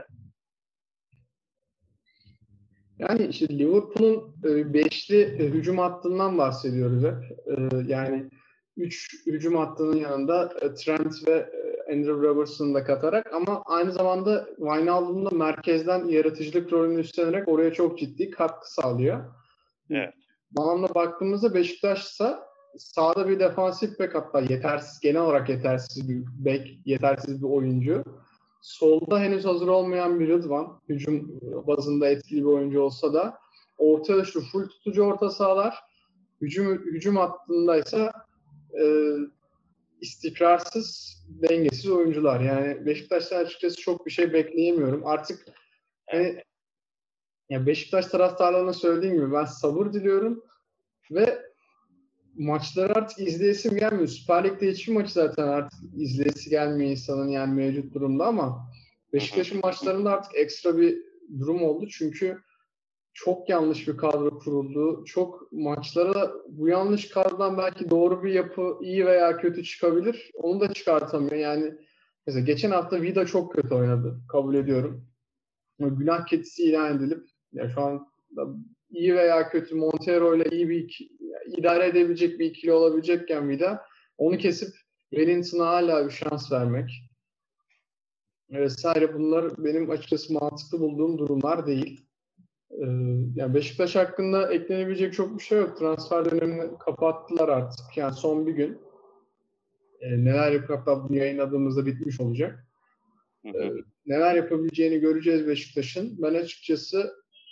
Speaker 1: Yani işte Liverpool'un beşli hücum hattından bahsediyoruz hep. Yani 3 hücum hattının yanında Trent ve Andrew Robertson'ı da katarak ama aynı zamanda Wijnaldum da merkezden yaratıcılık rolünü üstlenerek oraya çok ciddi katkı sağlıyor.
Speaker 2: Evet.
Speaker 1: Bu anlamda baktığımızda Beşiktaş'sa sağda bir defansif bek, hatta yetersiz, genel olarak yetersiz bir bek, yetersiz bir oyuncu. Solda henüz hazır olmayan bir Rıdvan. Hücum bazında etkili bir oyuncu olsa da orta şu full tutucu orta sahalar. Hücum hattındaysa e, istikrarsız, dengesiz oyuncular. Yani Beşiktaş'tan açıkçası çok bir şey bekleyemiyorum. Artık hani ya Beşiktaş taraftarlarına söylediğim gibi ben sabır diliyorum ve maçları artık izleyesim gelmiyor. Süper Lig'de hiçbir maçı zaten artık izleyesi gelmiyor insanın yani mevcut durumda ama Beşiktaş'ın maçlarında artık ekstra bir durum oldu. Çünkü çok yanlış bir kadro kuruldu. Çok maçlara bu yanlış kadrodan belki doğru bir yapı iyi veya kötü çıkabilir. Onu da çıkartamıyor. Yani mesela geçen hafta Vida çok kötü oynadı. Kabul ediyorum. Ama günah keçisi ilan edilip ya şu an iyi veya kötü Montero ile iyi bir idare edebilecek bir ikili olabilecekken Vida onu kesip Wellington'a hala bir şans vermek vesaire, bunlar benim açıkçası mantıklı bulduğum durumlar değil. Yani Beşiktaş hakkında eklenebilecek çok bir şey yok. Transfer dönemini kapattılar artık. Yani son bir gün. Neler yapıp hatta bunu yayınladığımızda bitmiş olacak. Neler yapabileceğini göreceğiz Beşiktaş'ın. Ben açıkçası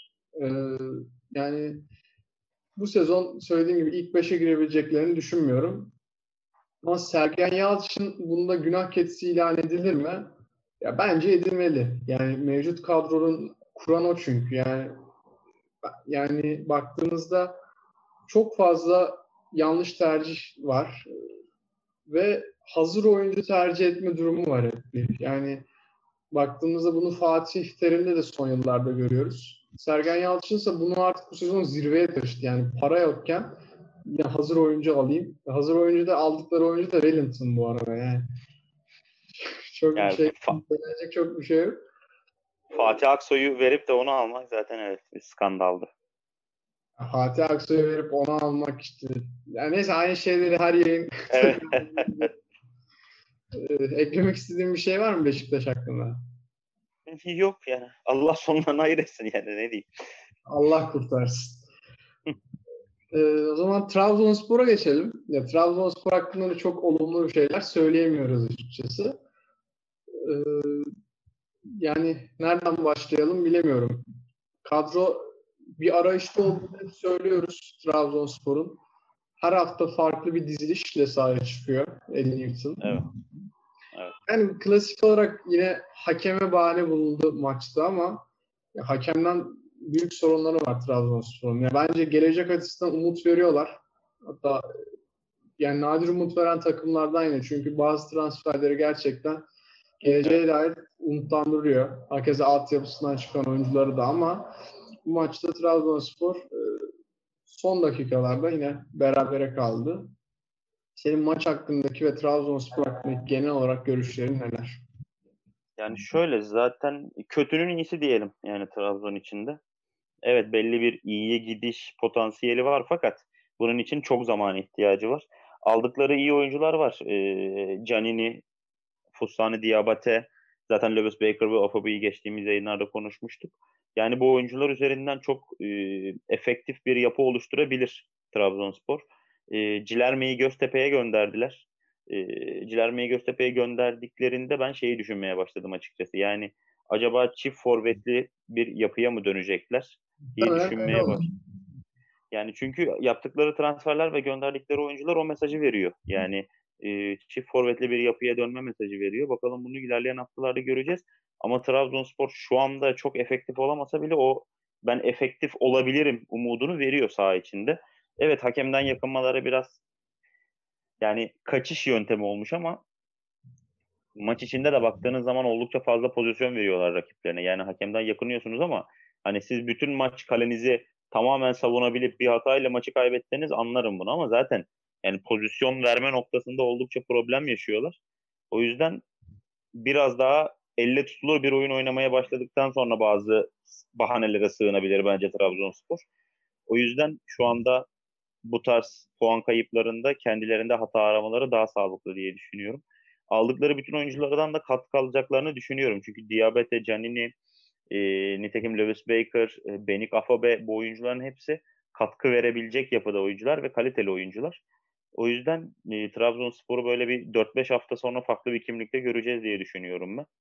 Speaker 1: yani bu sezon söylediğim gibi ilk 5'e girebileceklerini düşünmüyorum. Ama Sergen Yalçın bunda günah keçisi ilan edilir mi? Ya bence edilmeli. Yani mevcut kadronun kuran o çünkü. Yani baktığınızda çok fazla yanlış tercih var ve hazır oyuncu tercih etme durumu var hep. Yani baktığımızda bunu Fatih Terim'de de son yıllarda görüyoruz. Sergen Yalçın ise bunu artık bu sezon zirveye taşıdı. Yani para yokken ya hazır oyuncu alayım. Hazır oyuncu da aldıkları oyuncu da Wellington bu arada yani. Çok bir
Speaker 2: Yani
Speaker 1: şey söylenecek çok bir şey yok.
Speaker 2: Fatih Aksoy'u verip de onu almak zaten evet bir skandaldı.
Speaker 1: Fatih Aksoy'u verip onu almak işte. Yani neyse aynı şeyleri her yayın
Speaker 2: Evet.
Speaker 1: eklemek istediğim bir şey var mı Beşiktaş hakkında?
Speaker 2: Yok yani. Allah sonlarını hayır etsin yani ne diyeyim.
Speaker 1: Allah kurtarsın. O zaman Trabzonspor'a geçelim. Ya, Trabzonspor hakkında da çok olumlu bir şeyler söyleyemiyoruz açıkçası. Yani nereden başlayalım bilemiyorum. Kadro bir arayışta olduğunu söylüyoruz Trabzonspor'un. Her hafta farklı bir dizilişle sahaya çıkıyor Edin Yurt'un.
Speaker 2: Evet. Evet.
Speaker 1: Yani klasik olarak yine hakeme bahane bulundu maçta ama ya, hakemden büyük sorunları var Trabzonspor'un. Ya, bence gelecek açısından umut veriyorlar. Hatta yani nadir umut veren takımlardan yine. Çünkü bazı transferleri gerçekten geleceğe dair umutlandırıyor. Herkese altyapısından çıkan oyuncuları da ama bu maçta Trabzonspor son dakikalarda yine berabere kaldı. Senin maç hakkındaki ve Trabzonspor hakkındaki genel olarak görüşlerin neler?
Speaker 2: Yani şöyle zaten kötünün iyisi diyelim yani Trabzon içinde. Evet belli bir iyiye gidiş potansiyeli var fakat bunun için çok zaman ihtiyacı var. Aldıkları iyi oyuncular var. Canini, Fustani Diabate, zaten Lewis Baker ve Afobe'yi geçtiğimiz yayınlarda konuşmuştuk. Yani bu oyuncular üzerinden çok efektif bir yapı oluşturabilir Trabzonspor. Cilerme'yi Göztepe'ye gönderdiler. Cilerme'yi Göztepe'ye gönderdiklerinde ben şeyi düşünmeye başladım açıkçası. Yani acaba çift forvetli bir yapıya mı dönecekler diye
Speaker 1: Muhtemelen öyle
Speaker 2: düşünmeye
Speaker 1: olur.
Speaker 2: başladım. Yani çünkü yaptıkları transferler ve gönderdikleri oyuncular o mesajı veriyor. Yani çift forvetli bir yapıya dönme mesajı veriyor. Bakalım bunu ilerleyen haftalarda göreceğiz. Ama Trabzonspor şu anda çok efektif olamasa bile ben efektif olabilirim umudunu veriyor saha içinde. Evet, hakemden yakınmaları biraz yani kaçış yöntemi olmuş ama maç içinde de baktığınız zaman oldukça fazla pozisyon veriyorlar rakiplerine. Yani hakemden yakınıyorsunuz ama hani siz bütün maç kalenizi tamamen savunabilip bir hatayla maçı kaybettiniz, anlarım bunu, ama zaten yani pozisyon verme noktasında oldukça problem yaşıyorlar. O yüzden biraz daha elle tutulur bir oyun oynamaya başladıktan sonra bazı bahanelere sığınabilir bence Trabzonspor. O yüzden şu anda bu tarz puan kayıplarında kendilerinde hata aramaları daha sağlıklı diye düşünüyorum. Aldıkları bütün oyunculardan da katkı alacaklarını düşünüyorum. Çünkü Diabete, Canini, nitekim Lewis Baker, Benik Afobe, bu oyuncuların hepsi katkı verebilecek yapıda oyuncular ve kaliteli oyuncular. O yüzden Trabzonspor'u böyle bir 4-5 hafta sonra farklı bir kimlikte göreceğiz diye düşünüyorum ben.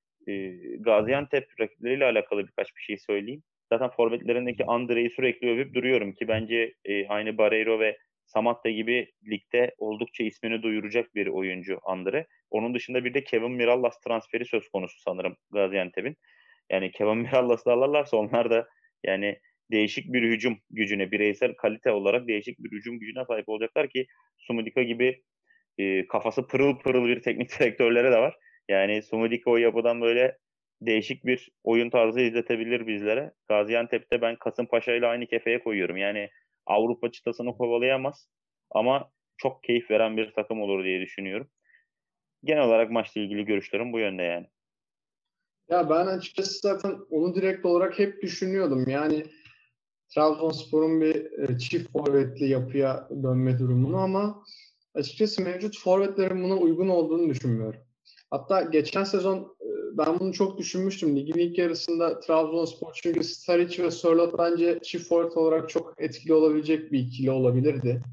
Speaker 2: Gaziantep rakipleriyle alakalı birkaç bir şey söyleyeyim. Zaten forvetlerindeki Andre'yi sürekli övüp duruyorum ki bence aynı Barreiro ve Samatta gibi ligde oldukça ismini duyuracak bir oyuncu Andre. Onun dışında bir de Kevin Mirallas transferi söz konusu sanırım Gaziantep'in. Yani Kevin Mirallas'ı alırlarsa onlar da yani değişik bir hücum gücüne, bireysel kalite olarak değişik bir hücum gücüne sahip olacaklar ki Sumudika gibi kafası pırıl pırıl bir teknik direktörleri de var. Yani Sumudika o yapıdan böyle değişik bir oyun tarzı izletebilir bizlere. Gaziantep'te ben Kasımpaşa ile aynı kefeye koyuyorum. Yani Avrupa çıtasını kovalayamaz ama çok keyif veren bir takım olur diye düşünüyorum. Genel olarak maçla ilgili görüşlerim bu yönde yani.
Speaker 1: Ya ben açıkçası zaten onu direkt olarak hep düşünüyordum. Yani Trabzonspor'un bir çift forvetli yapıya dönme durumunu, ama açıkçası mevcut forvetlerin buna uygun olduğunu düşünmüyorum. Hatta geçen sezon ben bunu çok düşünmüştüm. Ligin ilk yarısında Trabzonspor, çünkü Staric ve Sörloth bence çift forvet olarak çok etkili olabilecek bir ikili olabilirdi.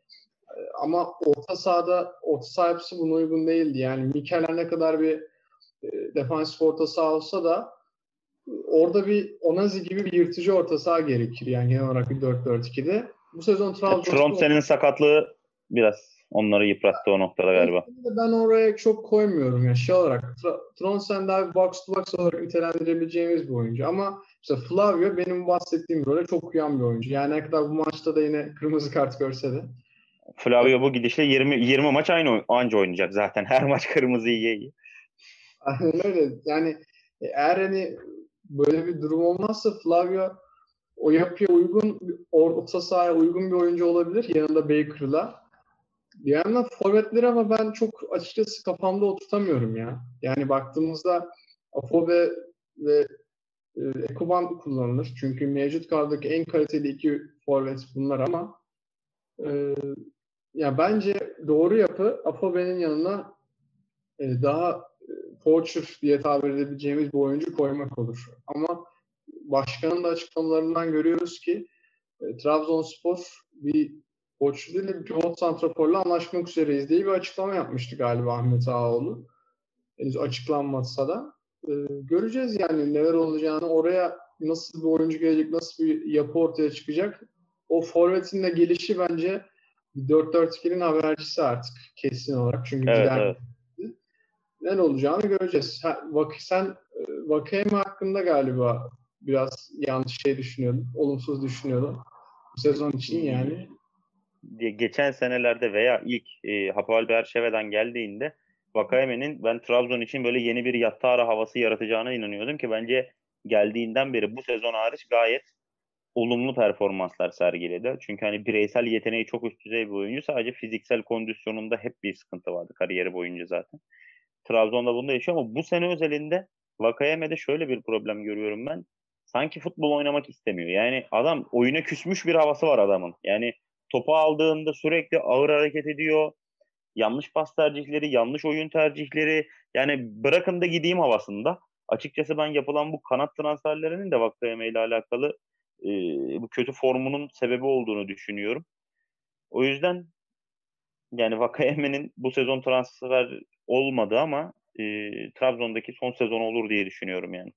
Speaker 1: Ama orta saha yapısı buna uygun değildi. Yani Mikel ne kadar bir defansif orta saha olsa da orada bir Onazi gibi bir yırtıcı orta saha gerekir. Yani genel olarak bir 4-4-2'de. Bu sezon Trabzonspor
Speaker 2: Trondsen'in sakatlığı biraz onları yıprattı o noktada galiba.
Speaker 1: ben oraya çok koymuyorum ya şey olarak. Trondsen daha bir box to box olarak nitelendirebileceğimiz bir oyuncu. Ama işte Flavio benim bahsettiğim role çok uyan bir oyuncu. Yani ne kadar bu maçta da yine kırmızı kart görse de.
Speaker 2: Flavio bu gidişle 20 maç anca oynayacak zaten. Her maç kırmızı yiye.
Speaker 1: Aynen öyle. Yani eğer hani böyle bir durum olmazsa Flavio o yapıya uygun, orta sahaya uygun bir oyuncu olabilir. Yanında Baker'la. Bir yandan forvetleri ama ben çok açıkçası kafamda oturtamıyorum ya. Yani baktığımızda Afobe ve Ekuban kullanılır. Çünkü mevcut kadrodaki en kaliteli iki forvet bunlar, ama ya bence doğru yapı Afobe'nin yanına daha poacher diye tabir edebileceğimiz bir oyuncu koymak olur. Ama başkanın da açıklamalarından görüyoruz ki Trabzonspor bir koçlu değil de bir pivot santraforla anlaşmak üzereyiz diye bir açıklama yapmıştı galiba Ahmet Ağaoğlu. Henüz açıklanmasa da. Göreceğiz yani neler olacağını. Oraya nasıl bir oyuncu gelecek, nasıl bir yapı ortaya çıkacak. O forvetin de gelişi bence 4-4-2'nin habercisi artık kesin olarak. Çünkü
Speaker 2: Evet,
Speaker 1: giden
Speaker 2: evet.
Speaker 1: ne olacağını göreceğiz. Sen Vakayeme hakkında galiba biraz yanlış şey düşünüyordun, olumsuz düşünüyordun. Bu sezon için yani.
Speaker 2: Geçen senelerde veya ilk Hapoel Beerşeva'dan geldiğinde Vakayeme'nin ben Trabzon için böyle yeni bir Yattara havası yaratacağına inanıyordum ki bence geldiğinden beri bu sezon hariç gayet olumlu performanslar sergiledi. Çünkü hani bireysel yeteneği çok üst düzey bir oyuncu. Sadece fiziksel kondisyonunda hep bir sıkıntı vardı kariyeri boyunca zaten. Trabzon'da bunu da yaşıyor ama bu sene özelinde Vakayeme'de şöyle bir problem görüyorum ben. Sanki futbol oynamak istemiyor. Yani adam oyuna küsmüş bir havası var adamın. Yani topu aldığında sürekli ağır hareket ediyor. Yanlış pas tercihleri, yanlış oyun tercihleri. Yani bırakın da gideyim havasında. Açıkçası ben yapılan bu kanat transferlerinin de Vakayeme ile alakalı e, bu kötü formunun sebebi olduğunu düşünüyorum. O yüzden yani Vakayeme'nin bu sezon transfer olmadı ama Trabzon'daki son sezon olur diye düşünüyorum yani.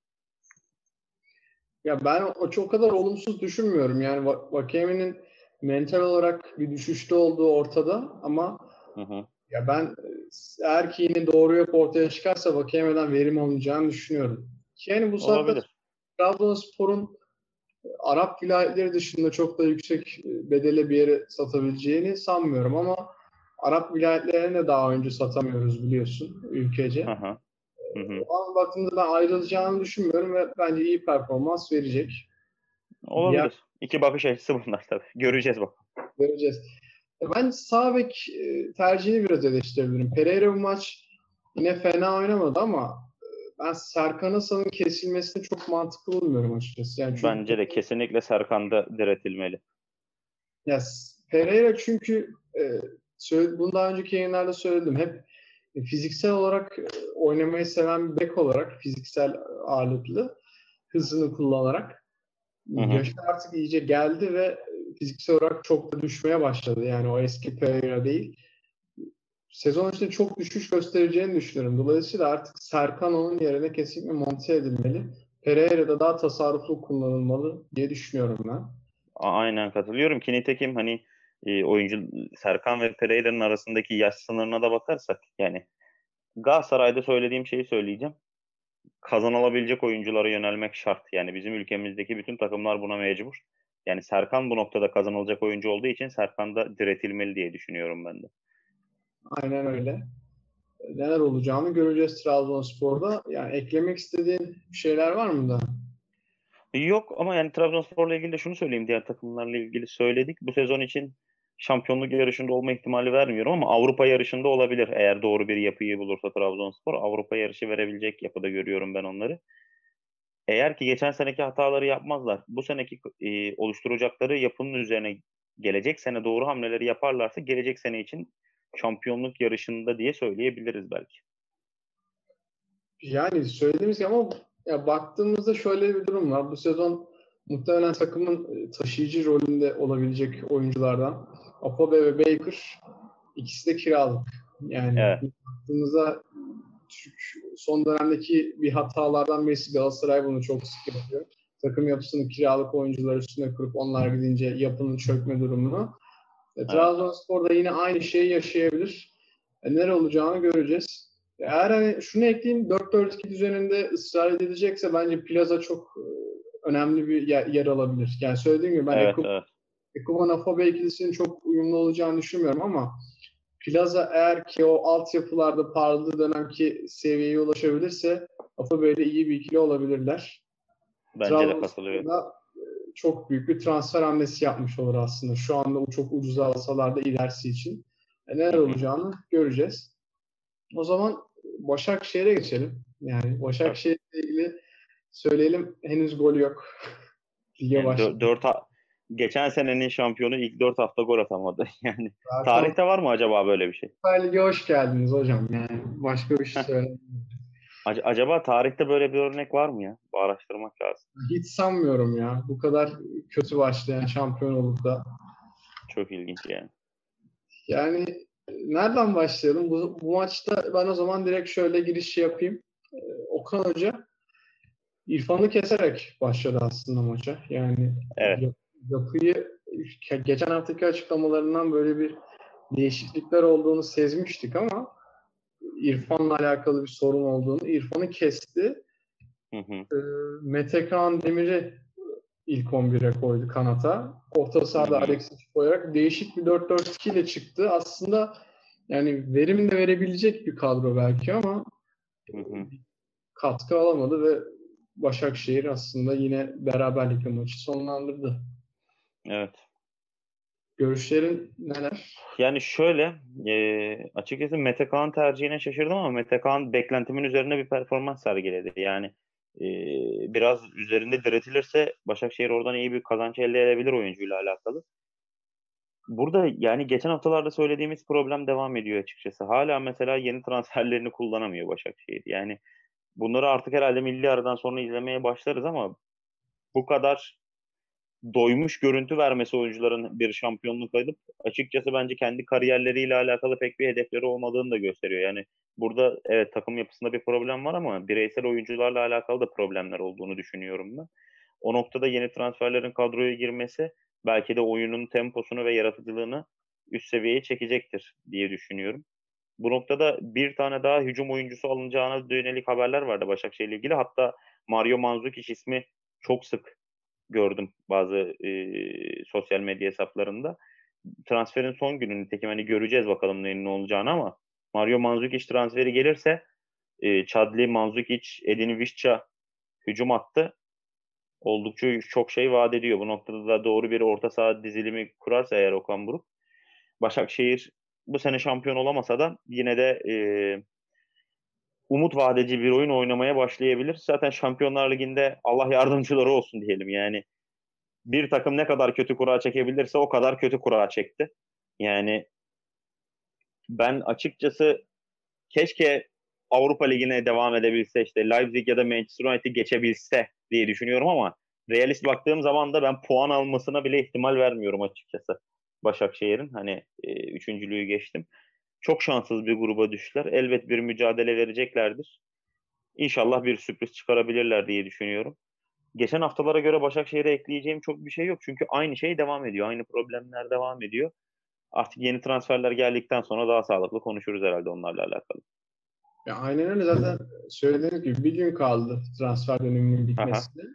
Speaker 1: Ya ben o kadar olumsuz düşünmüyorum. Yani Vakeme'nin mental olarak bir düşüşte olduğu ortada, ama
Speaker 2: Hı hı.
Speaker 1: Ya ben eğer ki yine doğru yok ortaya çıkarsa Vakeyeme'den verim alınacağını düşünüyorum. Ki yani bu saatte
Speaker 2: Olabilir.
Speaker 1: Trabzonspor'un Arap vilayetleri dışında çok da yüksek bedele bir yere satabileceğini sanmıyorum ama Arap vilayetlerine de daha önce satamıyoruz biliyorsun
Speaker 2: Hı
Speaker 1: ülkece.
Speaker 2: hı. Hı hı.
Speaker 1: O an baktığımda ben ayrılacağını düşünmüyorum ve bence iyi performans verecek. Diğer
Speaker 2: Olabilir. İki bakış açısı bunlar tabii. Göreceğiz bak.
Speaker 1: göreceğiz. Ben sağ bek tercihini biraz eleştirebilirim. Pereira bu maç yine fena oynamadı ama ben Serkan Hasan'ın kesilmesini çok mantıklı bulmuyorum açıkçası. Yani çünkü
Speaker 2: Bence de kesinlikle Serkan'da diretilmeli.
Speaker 1: ya Pereira çünkü bunu daha önceki yayınlarda söyledim. Hep fiziksel olarak oynamayı seven bir bek olarak fiziksel ağırlıklı hızını kullanarak
Speaker 2: Hı hı.
Speaker 1: yaşı artık iyice geldi ve fiziksel olarak çok da düşmeye başladı. Yani o eski Pereira değil. Sezon içinde çok düşüş göstereceğini düşünüyorum. Dolayısıyla artık Serkan onun yerine kesinlikle monte edilmeli. Pereira da daha tasarruflu kullanılmalı diye düşünüyorum ben.
Speaker 2: Aynen katılıyorum ki nitekim hani oyuncu Serkan ve Pereira'nın arasındaki yaş sınırına da bakarsak yani Galatasaray'da söylediğim şeyi söyleyeceğim. Kazanılabilecek oyunculara yönelmek şart. Yani bizim ülkemizdeki bütün takımlar buna mecbur. Yani Serkan bu noktada kazanılacak oyuncu olduğu için Serkan da diretilmeli diye düşünüyorum ben de.
Speaker 1: Aynen öyle. Neler olacağını göreceğiz Trabzonspor'da. Yani eklemek istediğin şeyler var mı da?
Speaker 2: Yok ama yani Trabzonspor'la ilgili de şunu söyleyeyim. Diğer takımlarla ilgili söyledik. Bu sezon için şampiyonluk yarışında olma ihtimali vermiyorum ama Avrupa yarışında olabilir. Eğer doğru bir yapıyı bulursa Trabzonspor Avrupa yarışı verebilecek yapıda görüyorum ben onları. Eğer ki geçen seneki hataları yapmazlar, bu seneki oluşturacakları yapının üzerine gelecek sene doğru hamleleri yaparlarsa gelecek sene için şampiyonluk yarışında diye söyleyebiliriz belki.
Speaker 1: Yani söylediğimiz gibi ama ya baktığımızda şöyle bir durum var. Bu sezon muhtemelen takımın taşıyıcı rolünde olabilecek oyunculardan Afobe ve Baker ikisi de kiralık. Yani
Speaker 2: Evet,
Speaker 1: baktığımızda son dönemdeki bir hatalardan birisi Galatasaray bunu çok sık yapıyor. Takım yapısını kiralık oyuncular üstüne kurup onlar gidince yapının çökme durumunu.
Speaker 2: evet.
Speaker 1: Trabzonspor da yine aynı şeyi yaşayabilir. Neler olacağını göreceğiz. Eğer hani şunu ekleyeyim 4-4-2 düzeninde ısrar edilecekse bence Plaza çok önemli bir yer alabilir. Yani söylediğim gibi ben
Speaker 2: Evet, evet.
Speaker 1: Ekuban Afobe ikilisinin çok uyumlu olacağını düşünmüyorum ama Plaza eğer ki o altyapılarda parladığı dönemki seviyeye ulaşabilirse Afobe ile iyi bir ikili olabilirler.
Speaker 2: Bence de katılıyorum.
Speaker 1: Trabzonspor'da çok büyük bir transfer hamlesi yapmış olur aslında. Şu anda o çok ucuza alsalar da ilerisi için. Neler
Speaker 2: Hı hı.
Speaker 1: olacağını göreceğiz. O zaman Başakşehir'e geçelim. Yani
Speaker 2: Tabii.
Speaker 1: Başakşehir'le ilgili söyleyelim henüz gol yok. Lige
Speaker 2: Yani
Speaker 1: başladı.
Speaker 2: geçen senenin şampiyonu ilk 4 hafta gol atamadı. Yani
Speaker 1: Zaten
Speaker 2: tarihte var mı acaba böyle bir şey?
Speaker 1: Süper Lig'e hoş geldiniz hocam. Yani başka bir şey söyleyeyim.
Speaker 2: Acaba tarihte böyle bir örnek var mı ya? Bu araştırmak lazım.
Speaker 1: Hiç sanmıyorum ya. Bu kadar kötü başlayan şampiyon olup da.
Speaker 2: Çok ilginç yani.
Speaker 1: Yani nereden başlayalım? Bu maçta ben o zaman direkt şöyle giriş yapayım. Okan Hoca İrfan'ı keserek başladı aslında maça. Yani
Speaker 2: Evet.
Speaker 1: yapıyı geçen haftaki açıklamalarından böyle bir değişiklikler olduğunu sezmiştik ama İrfan'la alakalı bir sorun olduğunu İrfan'ı kesti.
Speaker 2: Hı hı.
Speaker 1: Mete Kaan Demir'i ilk 11'e koydu kanata. Orta
Speaker 2: Hı
Speaker 1: sahada
Speaker 2: hı.
Speaker 1: Alex'i koyarak değişik bir 4-4-2 ile çıktı. Aslında yani verim de verebilecek bir kadro belki ama
Speaker 2: Hı hı.
Speaker 1: katkı alamadı ve Başakşehir aslında yine beraberlikle maçı sonlandırdı.
Speaker 2: Evet.
Speaker 1: Görüşlerin neler?
Speaker 2: Yani şöyle açıkçası Mete Kaan tercihine şaşırdım ama Mete Kaan beklentimin üzerine bir performans sergiledi. Yani e, biraz üzerinde diretilirse Başakşehir oradan iyi bir kazanç elde edebilir oyuncuyla alakalı. Burada yani geçen haftalarda söylediğimiz problem devam ediyor açıkçası. Hala mesela yeni transferlerini kullanamıyor Başakşehir. Yani bunları artık herhalde milli aradan sonra izlemeye başlarız ama bu kadar doymuş görüntü vermesi oyuncuların bir şampiyonluk alıp açıkçası bence kendi kariyerleriyle alakalı pek bir hedefleri olmadığını da gösteriyor. Yani burada evet takım yapısında bir problem var ama bireysel oyuncularla alakalı da problemler olduğunu düşünüyorum ben. O noktada yeni transferlerin kadroya girmesi belki de oyunun temposunu ve yaratıcılığını üst seviyeye çekecektir diye düşünüyorum. Bu noktada bir tane daha hücum oyuncusu alınacağına yönelik haberler vardı Başakşehir'le ilgili. Hatta Mario Mandzukic ismi çok sık gördüm bazı sosyal medya hesaplarında. Transferin son günü nitekim hani göreceğiz bakalım ne olacağını ama Mario Mandzukic transferi gelirse Chadli, Mandzukic, Edin Visca hücum attı. Oldukça çok şey vaat ediyor. Bu noktada da doğru bir orta saha dizilimi kurarsa eğer Okan Buruk, Başakşehir bu sene şampiyon olamasa da yine de umut vadeci bir oyun oynamaya başlayabilir. Zaten Şampiyonlar Ligi'nde Allah yardımcıları olsun diyelim. Yani bir takım ne kadar kötü kura çekebilirse o kadar kötü kura çekti. Yani ben açıkçası keşke Avrupa Ligi'ne devam edebilse, işte Leipzig ya da Manchester United geçebilse diye düşünüyorum ama realist baktığım zaman da ben puan almasına bile ihtimal vermiyorum açıkçası. Başakşehir'in hani üçüncülüğü geçtim. Çok şanssız bir gruba düştüler. Elbet bir mücadele vereceklerdir. İnşallah bir sürpriz çıkarabilirler diye düşünüyorum. Geçen haftalara göre Başakşehir'e ekleyeceğim çok bir şey yok. Çünkü aynı şey devam ediyor. Aynı problemler devam ediyor. Artık yeni transferler geldikten sonra daha sağlıklı konuşuruz herhalde onlarla alakalı.
Speaker 1: Ya aynen öyle, zaten söylediğim gibi bir gün kaldı transfer döneminin
Speaker 2: Aha,
Speaker 1: bitmesine.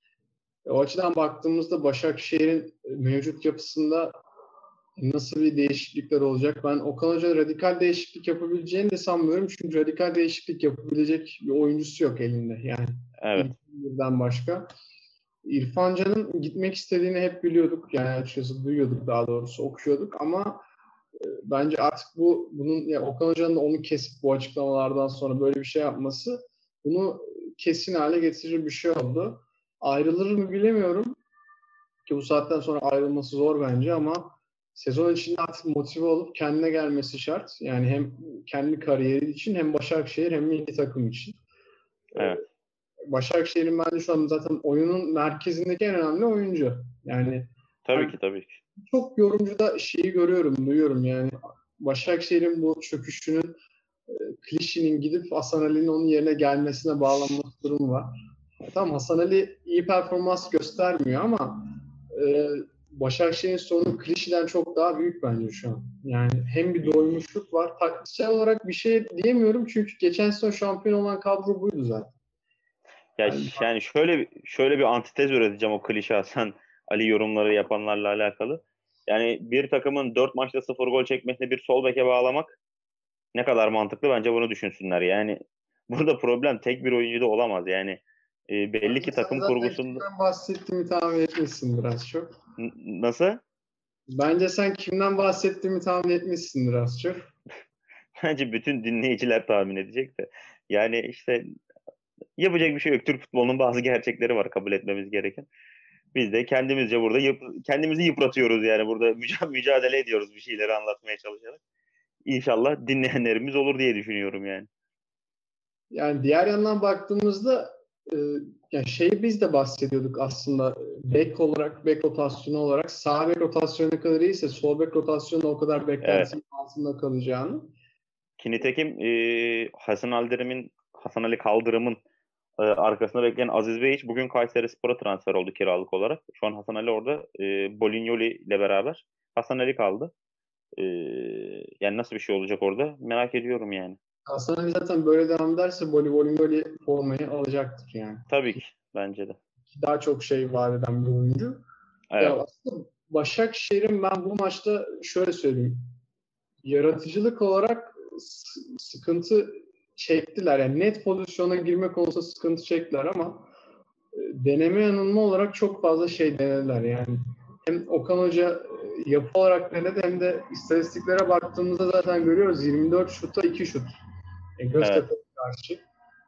Speaker 1: O açıdan baktığımızda Başakşehir'in mevcut yapısında nasıl bir değişiklikler olacak? Ben Okan Hoca radikal değişiklik yapabileceğini de sanmıyorum. Çünkü radikal değişiklik yapabilecek bir oyuncusu yok elinde. Yani
Speaker 2: evet.
Speaker 1: ilk birden başka. İrfan Can'ın gitmek istediğini hep biliyorduk. Yani açıkçası duyuyorduk, daha doğrusu okuyorduk ama bence artık bunun yani Okan Hoca'nın da onu kesip bu açıklamalardan sonra böyle bir şey yapması bunu kesin hale getirir bir şey oldu. Ayrılır mı bilemiyorum ki bu saatten sonra ayrılması zor bence ama sezon içinde artık motive olup kendine gelmesi şart. Yani hem kendi kariyeri için hem Başakşehir hem milli takım için.
Speaker 2: Evet.
Speaker 1: Başakşehir'in bence şu an zaten oyunun merkezindeki en önemli oyuncu. Yani
Speaker 2: Tabii
Speaker 1: ben
Speaker 2: ki tabii ki.
Speaker 1: çok yorumcuda şeyi görüyorum, duyuyorum yani Başakşehir'in bu çöküşünün Klişi'nin gidip Hasan Ali'nin onun yerine gelmesine bağlanması durumu var. Tamam, Hasan Ali iyi performans göstermiyor ama e, Başakşehir'in sorunu Klişi'den çok daha büyük bence şu an. Yani hem bir doymuşluk var. Taktiksel olarak bir şey diyemiyorum çünkü geçen sezon şampiyon olan kadro buydu zaten.
Speaker 2: Ya
Speaker 1: Yani
Speaker 2: yani şöyle bir antitez üreteceğim o klişe Hasan Ali yorumları yapanlarla alakalı. Yani bir takımın 4 maçta 0 gol çekmesini bir sol beke bağlamak ne kadar mantıklı, bence bunu düşünsünler. Yani burada problem tek bir oyuncuda olamaz. Yani belli
Speaker 1: bence
Speaker 2: ki
Speaker 1: sen
Speaker 2: takım
Speaker 1: zaten
Speaker 2: kurgusunda
Speaker 1: kimden bahsettiğimi tahmin etmişsindir az çok.
Speaker 2: nasıl?
Speaker 1: Bence sen kimden bahsettiğimi tahmin etmişsindir az çok.
Speaker 2: Bence bütün dinleyiciler tahmin edecek de. Yani işte yapacak bir şey yok. Türk futbolunun bazı gerçekleri var kabul etmemiz gereken. Biz de kendimizce burada kendimizi yıpratıyoruz yani burada mücadele ediyoruz bir şeyleri anlatmaya çalışarak. İnşallah dinleyenlerimiz olur diye düşünüyorum yani.
Speaker 1: Yani diğer yandan baktığımızda e, yani biz de bahsediyorduk aslında bek olarak, bek rotasyonu olarak sağ bek rotasyonu ne kadar iyiyse sol bek rotasyonu o kadar
Speaker 2: Evet.
Speaker 1: beklentisinin altında kalacağını.
Speaker 2: Ki nitekim Hasan Ali Kaldırım'ın arkasında bekleyen Aziz Bey bugün Kayserispor'a transfer oldu kiralık olarak. Şu an Hasan Ali orada Bolignoli ile beraber. Hasan Ali kaldı. E, Yani nasıl bir şey olacak orada merak ediyorum yani.
Speaker 1: Hasan Ali zaten böyle devam ederse Bolingoli formayı alacaktır yani.
Speaker 2: Tabii ki bence de.
Speaker 1: Daha çok şey vaat eden bir oyuncu. Ya
Speaker 2: Evet.
Speaker 1: aslında Başakşehir'in ben bu maçta şöyle söyleyeyim. Yaratıcılık olarak sıkıntı çektiler. Yani net pozisyona girme konusunda sıkıntı çektiler ama deneme yanılma olarak çok fazla şey denediler. Yani hem Okan Hoca yapı olarak denedi hem de istatistiklere baktığımızda zaten görüyoruz 24 şuta 2 şut.
Speaker 2: Evet.
Speaker 1: Göztepe'ye karşı.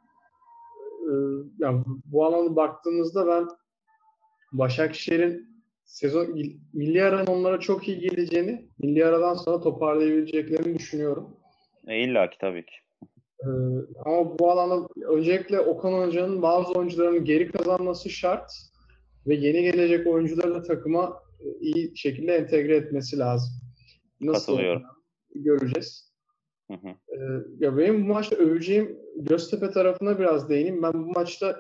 Speaker 1: Yani bu alanda baktığımızda ben Başakşehir'in sezon milli aranın onlara çok iyi geleceğini, milli aradan sonra toparlayabileceklerini düşünüyorum.
Speaker 2: İlla ki tabii ki.
Speaker 1: Ee, ama bu alanda öncelikle Okan Hoca'nın bazı oyuncuların geri kazanması şart ve yeni gelecek oyuncuları da takıma iyi şekilde entegre etmesi lazım. Nasıl
Speaker 2: Katılıyorum.
Speaker 1: olacağını göreceğiz.
Speaker 2: Hı hı.
Speaker 1: Ya benim bu maçta öveceğim Göztepe tarafına biraz değineyim. Ben bu maçta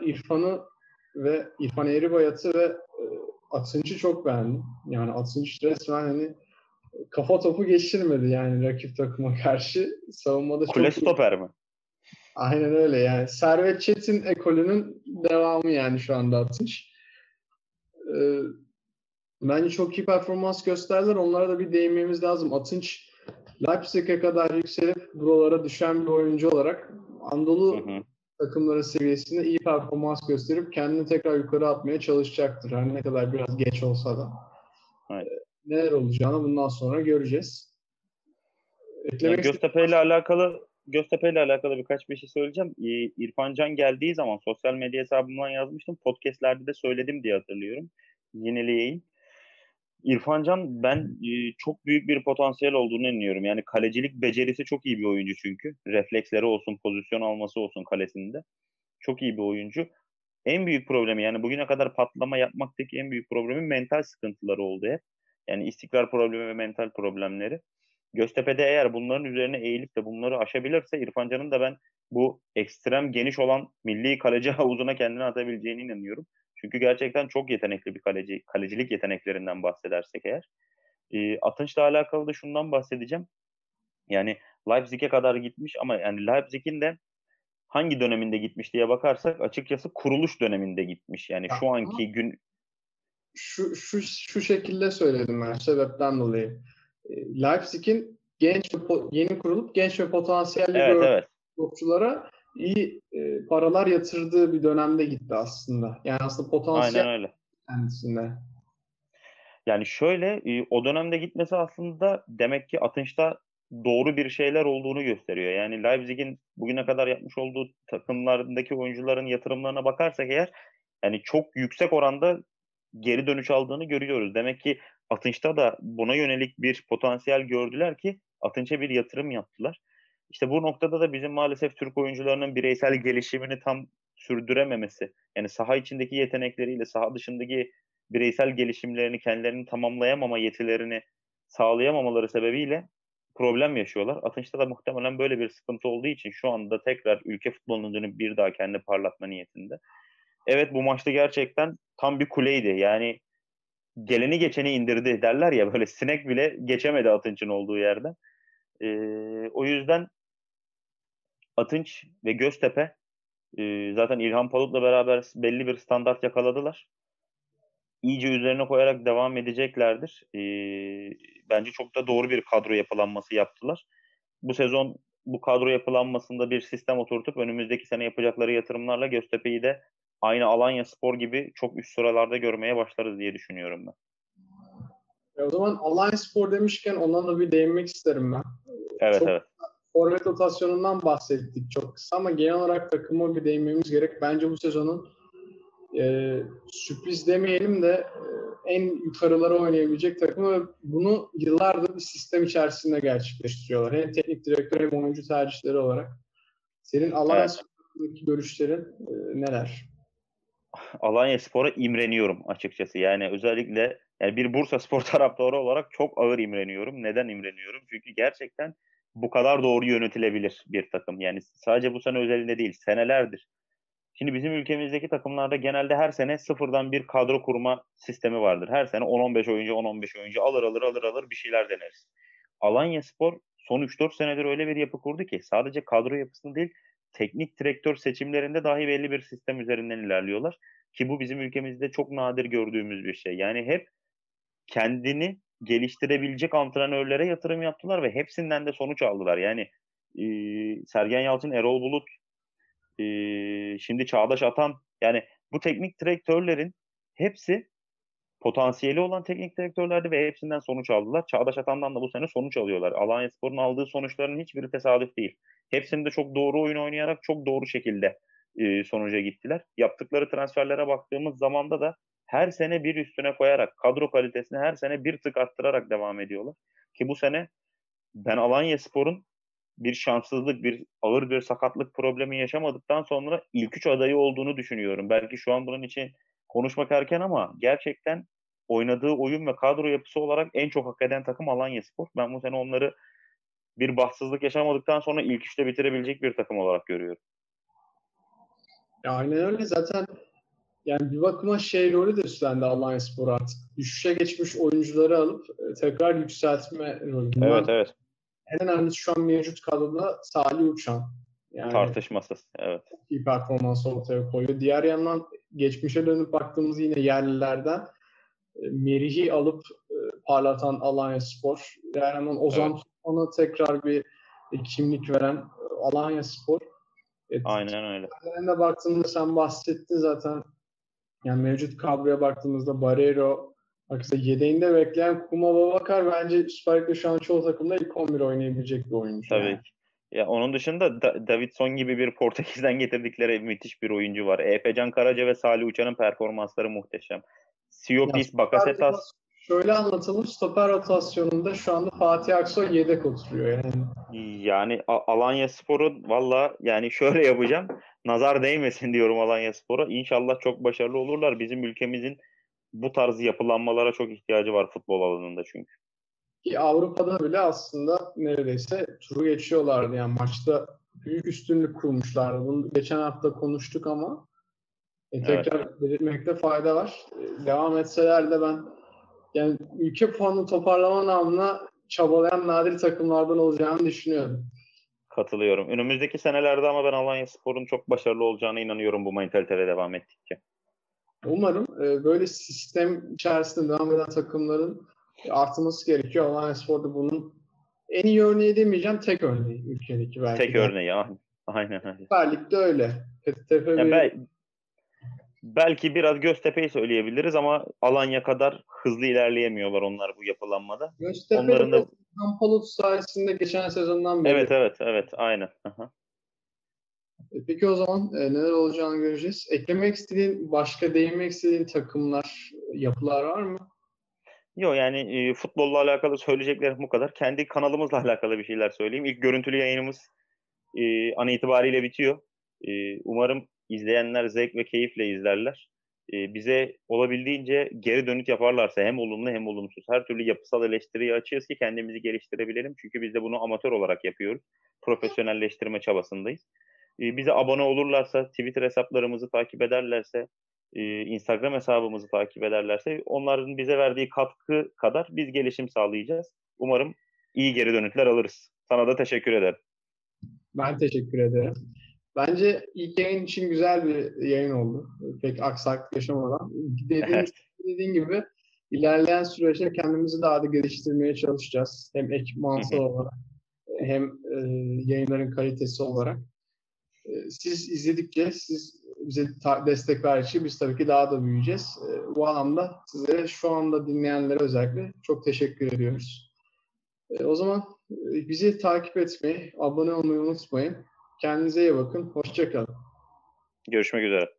Speaker 1: İrfan Eğribayat'ı ve Atınç'ı çok beğendim. Yani Atınç resmen hani kafa topu geçirmedi yani rakip takıma karşı. Savunmada
Speaker 2: Kule
Speaker 1: çok iyi.
Speaker 2: stoper mi?
Speaker 1: Aynen öyle yani. Servet Çetin ekolünün devamı yani şu anda Atınç. Ee, Bence çok iyi performans gösterdiler. Onlara da bir değinmemiz lazım. Atınç Leipzig'e kadar yükselip buralara düşen bir oyuncu olarak
Speaker 2: Hı
Speaker 1: Anadolu
Speaker 2: hı.
Speaker 1: takımları seviyesinde iyi performans gösterip kendini tekrar yukarı atmaya çalışacaktır. Her ne kadar biraz geç olsa da.
Speaker 2: Evet.
Speaker 1: Neler olacağını bundan sonra göreceğiz.
Speaker 2: Ya
Speaker 1: Eklemek istediğim
Speaker 2: Göztepe ile alakalı birkaç bir şey söyleyeceğim. İrfan Can geldiği zaman sosyal medya hesabımdan yazmıştım. Podcast'lerde de söyledim diye hatırlıyorum. Yineleyeyim. İrfan Can ben çok büyük bir potansiyel olduğunu inanıyorum. Yani kalecilik becerisi çok iyi bir oyuncu çünkü. Refleksleri olsun, pozisyon alması olsun kalesinde. Çok iyi bir oyuncu. En büyük problemi yani bugüne kadar patlama yapmaktaki en büyük problemi mental sıkıntıları oldu hep. Yani istikrar problemi ve mental problemleri. Göztepe'de eğer bunların üzerine eğilip de bunları aşabilirse İrfan Can'ın da ben bu ekstrem geniş olan milli kaleci havuzuna kendini atabileceğine inanıyorum. Çünkü gerçekten çok yetenekli bir kaleci, kalecilik yeteneklerinden bahsedersek eğer. Atınç'la alakalı da şundan bahsedeceğim. Yani Leipzig'e kadar gitmiş ama yani Leipzig'in de hangi döneminde gitmiş diye bakarsak açıkçası kuruluş döneminde gitmiş. Yani şu
Speaker 1: ama
Speaker 2: anki gün
Speaker 1: şu şekilde söyledim ben sebepten dolayı. Leipzig'in yeni kurulup genç ve potansiyelli
Speaker 2: evet
Speaker 1: gördüğü
Speaker 2: evet
Speaker 1: topçulara iyi paralar yatırdığı bir dönemde gitti aslında. Yani aslında potansiyel
Speaker 2: aynen öyle.
Speaker 1: kendisinde.
Speaker 2: Yani şöyle o dönemde gitmesi aslında demek ki Atınç'ta doğru bir şeyler olduğunu gösteriyor. Yani Leipzig'in bugüne kadar yapmış olduğu takımlarındaki oyuncuların yatırımlarına bakarsak eğer yani çok yüksek oranda geri dönüş aldığını görüyoruz. Demek ki Atınç'ta da buna yönelik bir potansiyel gördüler ki Atınç'a bir yatırım yaptılar. İşte bu noktada da bizim maalesef Türk oyuncularının bireysel gelişimini tam sürdürememesi, yani saha içindeki yetenekleriyle saha dışındaki bireysel gelişimlerini, kendilerini tamamlayamama yetilerini sağlayamamaları sebebiyle problem yaşıyorlar. Atınç'ta da muhtemelen böyle bir sıkıntı olduğu için şu anda tekrar ülke futboluna dönüp bir daha kendi parlatma niyetinde. Evet, bu maçta gerçekten tam bir kuleydi. Yani geleni geçeni indirdi derler ya, böyle sinek bile geçemedi Atınç'ın olduğu yerden. O yüzden Atınç ve Göztepe zaten İlhan Palut'la beraber belli bir standart yakaladılar. İyice üzerine koyarak devam edeceklerdir. Bence çok da doğru bir kadro yapılanması yaptılar. Bu sezon bu kadro yapılanmasında bir sistem oturtup önümüzdeki sene yapacakları yatırımlarla Göztepe'yi de aynı Alanyaspor gibi çok üst sıralarda görmeye başlarız diye düşünüyorum ben.
Speaker 1: O zaman Alanyaspor demişken ona da bir değinmek isterim ben.
Speaker 2: Evet
Speaker 1: Çok
Speaker 2: evet.
Speaker 1: forvet rotasyonundan bahsettik çok kısa ama genel olarak takıma bir değinmemiz gerek. Bence bu sezonun sürpriz demeyelim de en yukarılara oynayabilecek takım ve bunu yıllardır bir sistem içerisinde gerçekleştiriyorlar. Hem teknik direktör hem oyuncu tercihleri olarak. Senin
Speaker 2: Evet.
Speaker 1: Alanyaspor'daki görüşlerin neler?
Speaker 2: Alanyaspor'a imreniyorum açıkçası. Yani özellikle yani bir Bursaspor taraftarı olarak çok ağır imreniyorum. Neden imreniyorum? Çünkü gerçekten bu kadar doğru yönetilebilir bir takım. Yani sadece bu sene özelinde değil, senelerdir. Şimdi bizim ülkemizdeki takımlarda genelde her sene sıfırdan bir kadro kurma sistemi vardır. Her sene 10-15 oyuncu, 10-15 oyuncu alır bir şeyler deneriz. Alanyaspor son 3-4 senedir öyle bir yapı kurdu ki sadece kadro yapısını değil, teknik direktör seçimlerinde dahi belli bir sistem üzerinden ilerliyorlar. Ki bu bizim ülkemizde çok nadir gördüğümüz bir şey. Yani hep kendini geliştirebilecek antrenörlere yatırım yaptılar ve hepsinden de sonuç aldılar. Yani Sergen Yalçın, Erol Bulut, şimdi Çağdaş Atan, yani bu teknik direktörlerin hepsi potansiyeli olan teknik direktörlerdi ve hepsinden sonuç aldılar. Çağdaş Atan'dan da bu sene sonuç alıyorlar. Alanyaspor'un aldığı sonuçların hiçbiri tesadüf değil. Hepsinde çok doğru oyun oynayarak çok doğru şekilde sonuca gittiler. Yaptıkları transferlere baktığımız zamanda da her sene bir üstüne koyarak, kadro kalitesini her sene bir tık arttırarak devam ediyorlar. Ki bu sene ben Alanyaspor'un bir şanssızlık, bir ağır bir sakatlık problemi yaşamadıktan sonra ilk üç adayı olduğunu düşünüyorum. Belki şu an bunun için konuşmak erken ama gerçekten oynadığı oyun ve kadro yapısı olarak en çok hak eden takım Alanyaspor. Ben bu sene onları bir bahtsızlık yaşamadıktan sonra ilk üçte bitirebilecek bir takım olarak görüyorum.
Speaker 1: Ya aynen öyle zaten Yani bir bakıma şey rolü de üstlendi Alanyaspor artık. Düşüşe geçmiş oyuncuları alıp tekrar yükseltme rolü.
Speaker 2: Evet,
Speaker 1: Bundan
Speaker 2: evet.
Speaker 1: en önemlisi şu an mevcut kadroda Salih Uçan. Yani
Speaker 2: Tartışmasız. Evet.
Speaker 1: iyi performans ortaya koyuyor. Diğer yandan geçmişe dönüp baktığımız yine yerlilerden Merih'i alıp parlatan Alanyaspor. Diğer yandan
Speaker 2: Evet.
Speaker 1: Ozan Tufan'a tekrar bir kimlik veren Alanyaspor.
Speaker 2: Aynen öyle.
Speaker 1: Diğerlerine baktığımda sen bahsettin zaten. Yani mevcut kadroya baktığımızda Barreiro, aksine yedeğinde bekleyen Kuma Babakar bence Süper Lig'de şu an çoğu takımda ilk 11 oynayabilecek bir oyuncu
Speaker 2: Tabii
Speaker 1: yani.
Speaker 2: ki. Ya onun dışında Davidson gibi bir Portekiz'den getirdikleri müthiş bir oyuncu var. Efecan Karaca ve Salih Uçan'ın performansları muhteşem.
Speaker 1: Ya
Speaker 2: Siopis, Bakasetas,
Speaker 1: şöyle anlatalım. Stoper rotasyonunda şu anda Fatih Aksoy yedek oturuyor yani.
Speaker 2: yani Alanyaspor'un valla yani şöyle yapacağım. Nazar değmesin diyorum Alanyaspor'a. İnşallah çok başarılı olurlar. Bizim ülkemizin bu tarz yapılanmalara çok ihtiyacı var futbol alanında çünkü.
Speaker 1: Ki Avrupa'da bile aslında neredeyse turu geçiyorlardı. Yani maçta büyük üstünlük kurmuşlardı. Bunu geçen hafta konuştuk ama
Speaker 2: Evet.
Speaker 1: tekrar belirtmekte fayda var. Devam etseler de ben yani ülke puanını toparlama namına çabalayan nadir takımlardan olacağını düşünüyorum.
Speaker 2: Katılıyorum. Önümüzdeki senelerde ama ben Alanyaspor'un çok başarılı olacağına inanıyorum bu mantaliteyle devam ettikçe.
Speaker 1: Umarım böyle sistem içerisinde devam eden takımların artması gerekiyor. Alanyaspor'da bunun en iyi örneği demeyeceğim, tek örneği ülkedeki belki
Speaker 2: Tek
Speaker 1: de.
Speaker 2: örneği. Aynen öyle.
Speaker 1: Süper Lig'de öyle. Tepe
Speaker 2: Ya
Speaker 1: bir
Speaker 2: belki biraz Göztepe'yi söyleyebiliriz ama Alanya kadar hızlı ilerleyemiyorlar onlar bu yapılanmada.
Speaker 1: Göztepe
Speaker 2: Onların
Speaker 1: de
Speaker 2: da
Speaker 1: Palut sayesinde geçen sezondan beri.
Speaker 2: evet, evet, evet, aynen. Aha.
Speaker 1: Peki o zaman neler olacağını göreceğiz. Eklemek istediğin, başka değinmek istediğin takımlar, yapılar var mı?
Speaker 2: Yok yani futbolla alakalı söyleyeceklerim bu kadar. Kendi kanalımızla alakalı bir şeyler söyleyeyim. İlk görüntülü yayınımız an itibariyle bitiyor. Umarım izleyenler zevk ve keyifle izlerler. Bize olabildiğince geri dönüt yaparlarsa hem olumlu hem olumsuz her türlü yapısal eleştiriyi açığız ki kendimizi geliştirebilelim. Çünkü biz de bunu amatör olarak yapıyoruz. Profesyonelleştirme çabasındayız. Bize abone olurlarsa, Twitter hesaplarımızı takip ederlerse, Instagram hesabımızı takip ederlerse onların bize verdiği katkı kadar biz gelişim sağlayacağız. Umarım iyi geri dönütler alırız. Sana da teşekkür ederim.
Speaker 1: Ben teşekkür ederim. Bence ilk yayın için güzel bir yayın oldu. Pek aksaklık yaşamadan. Dediğin gibi ilerleyen süreçte kendimizi daha da geliştirmeye çalışacağız. Hem ekipmansal olarak hem yayınların kalitesi olarak. Siz izledikçe, siz bize destek verdikçe biz tabii ki daha da büyüyeceğiz. Bu anlamda sizlere şu anda dinleyenlere özellikle çok teşekkür ediyoruz. O zaman bizi takip etmeyi, abone olmayı unutmayın. Kendinize iyi bakın. Hoşça kalın.
Speaker 2: Görüşmek üzere.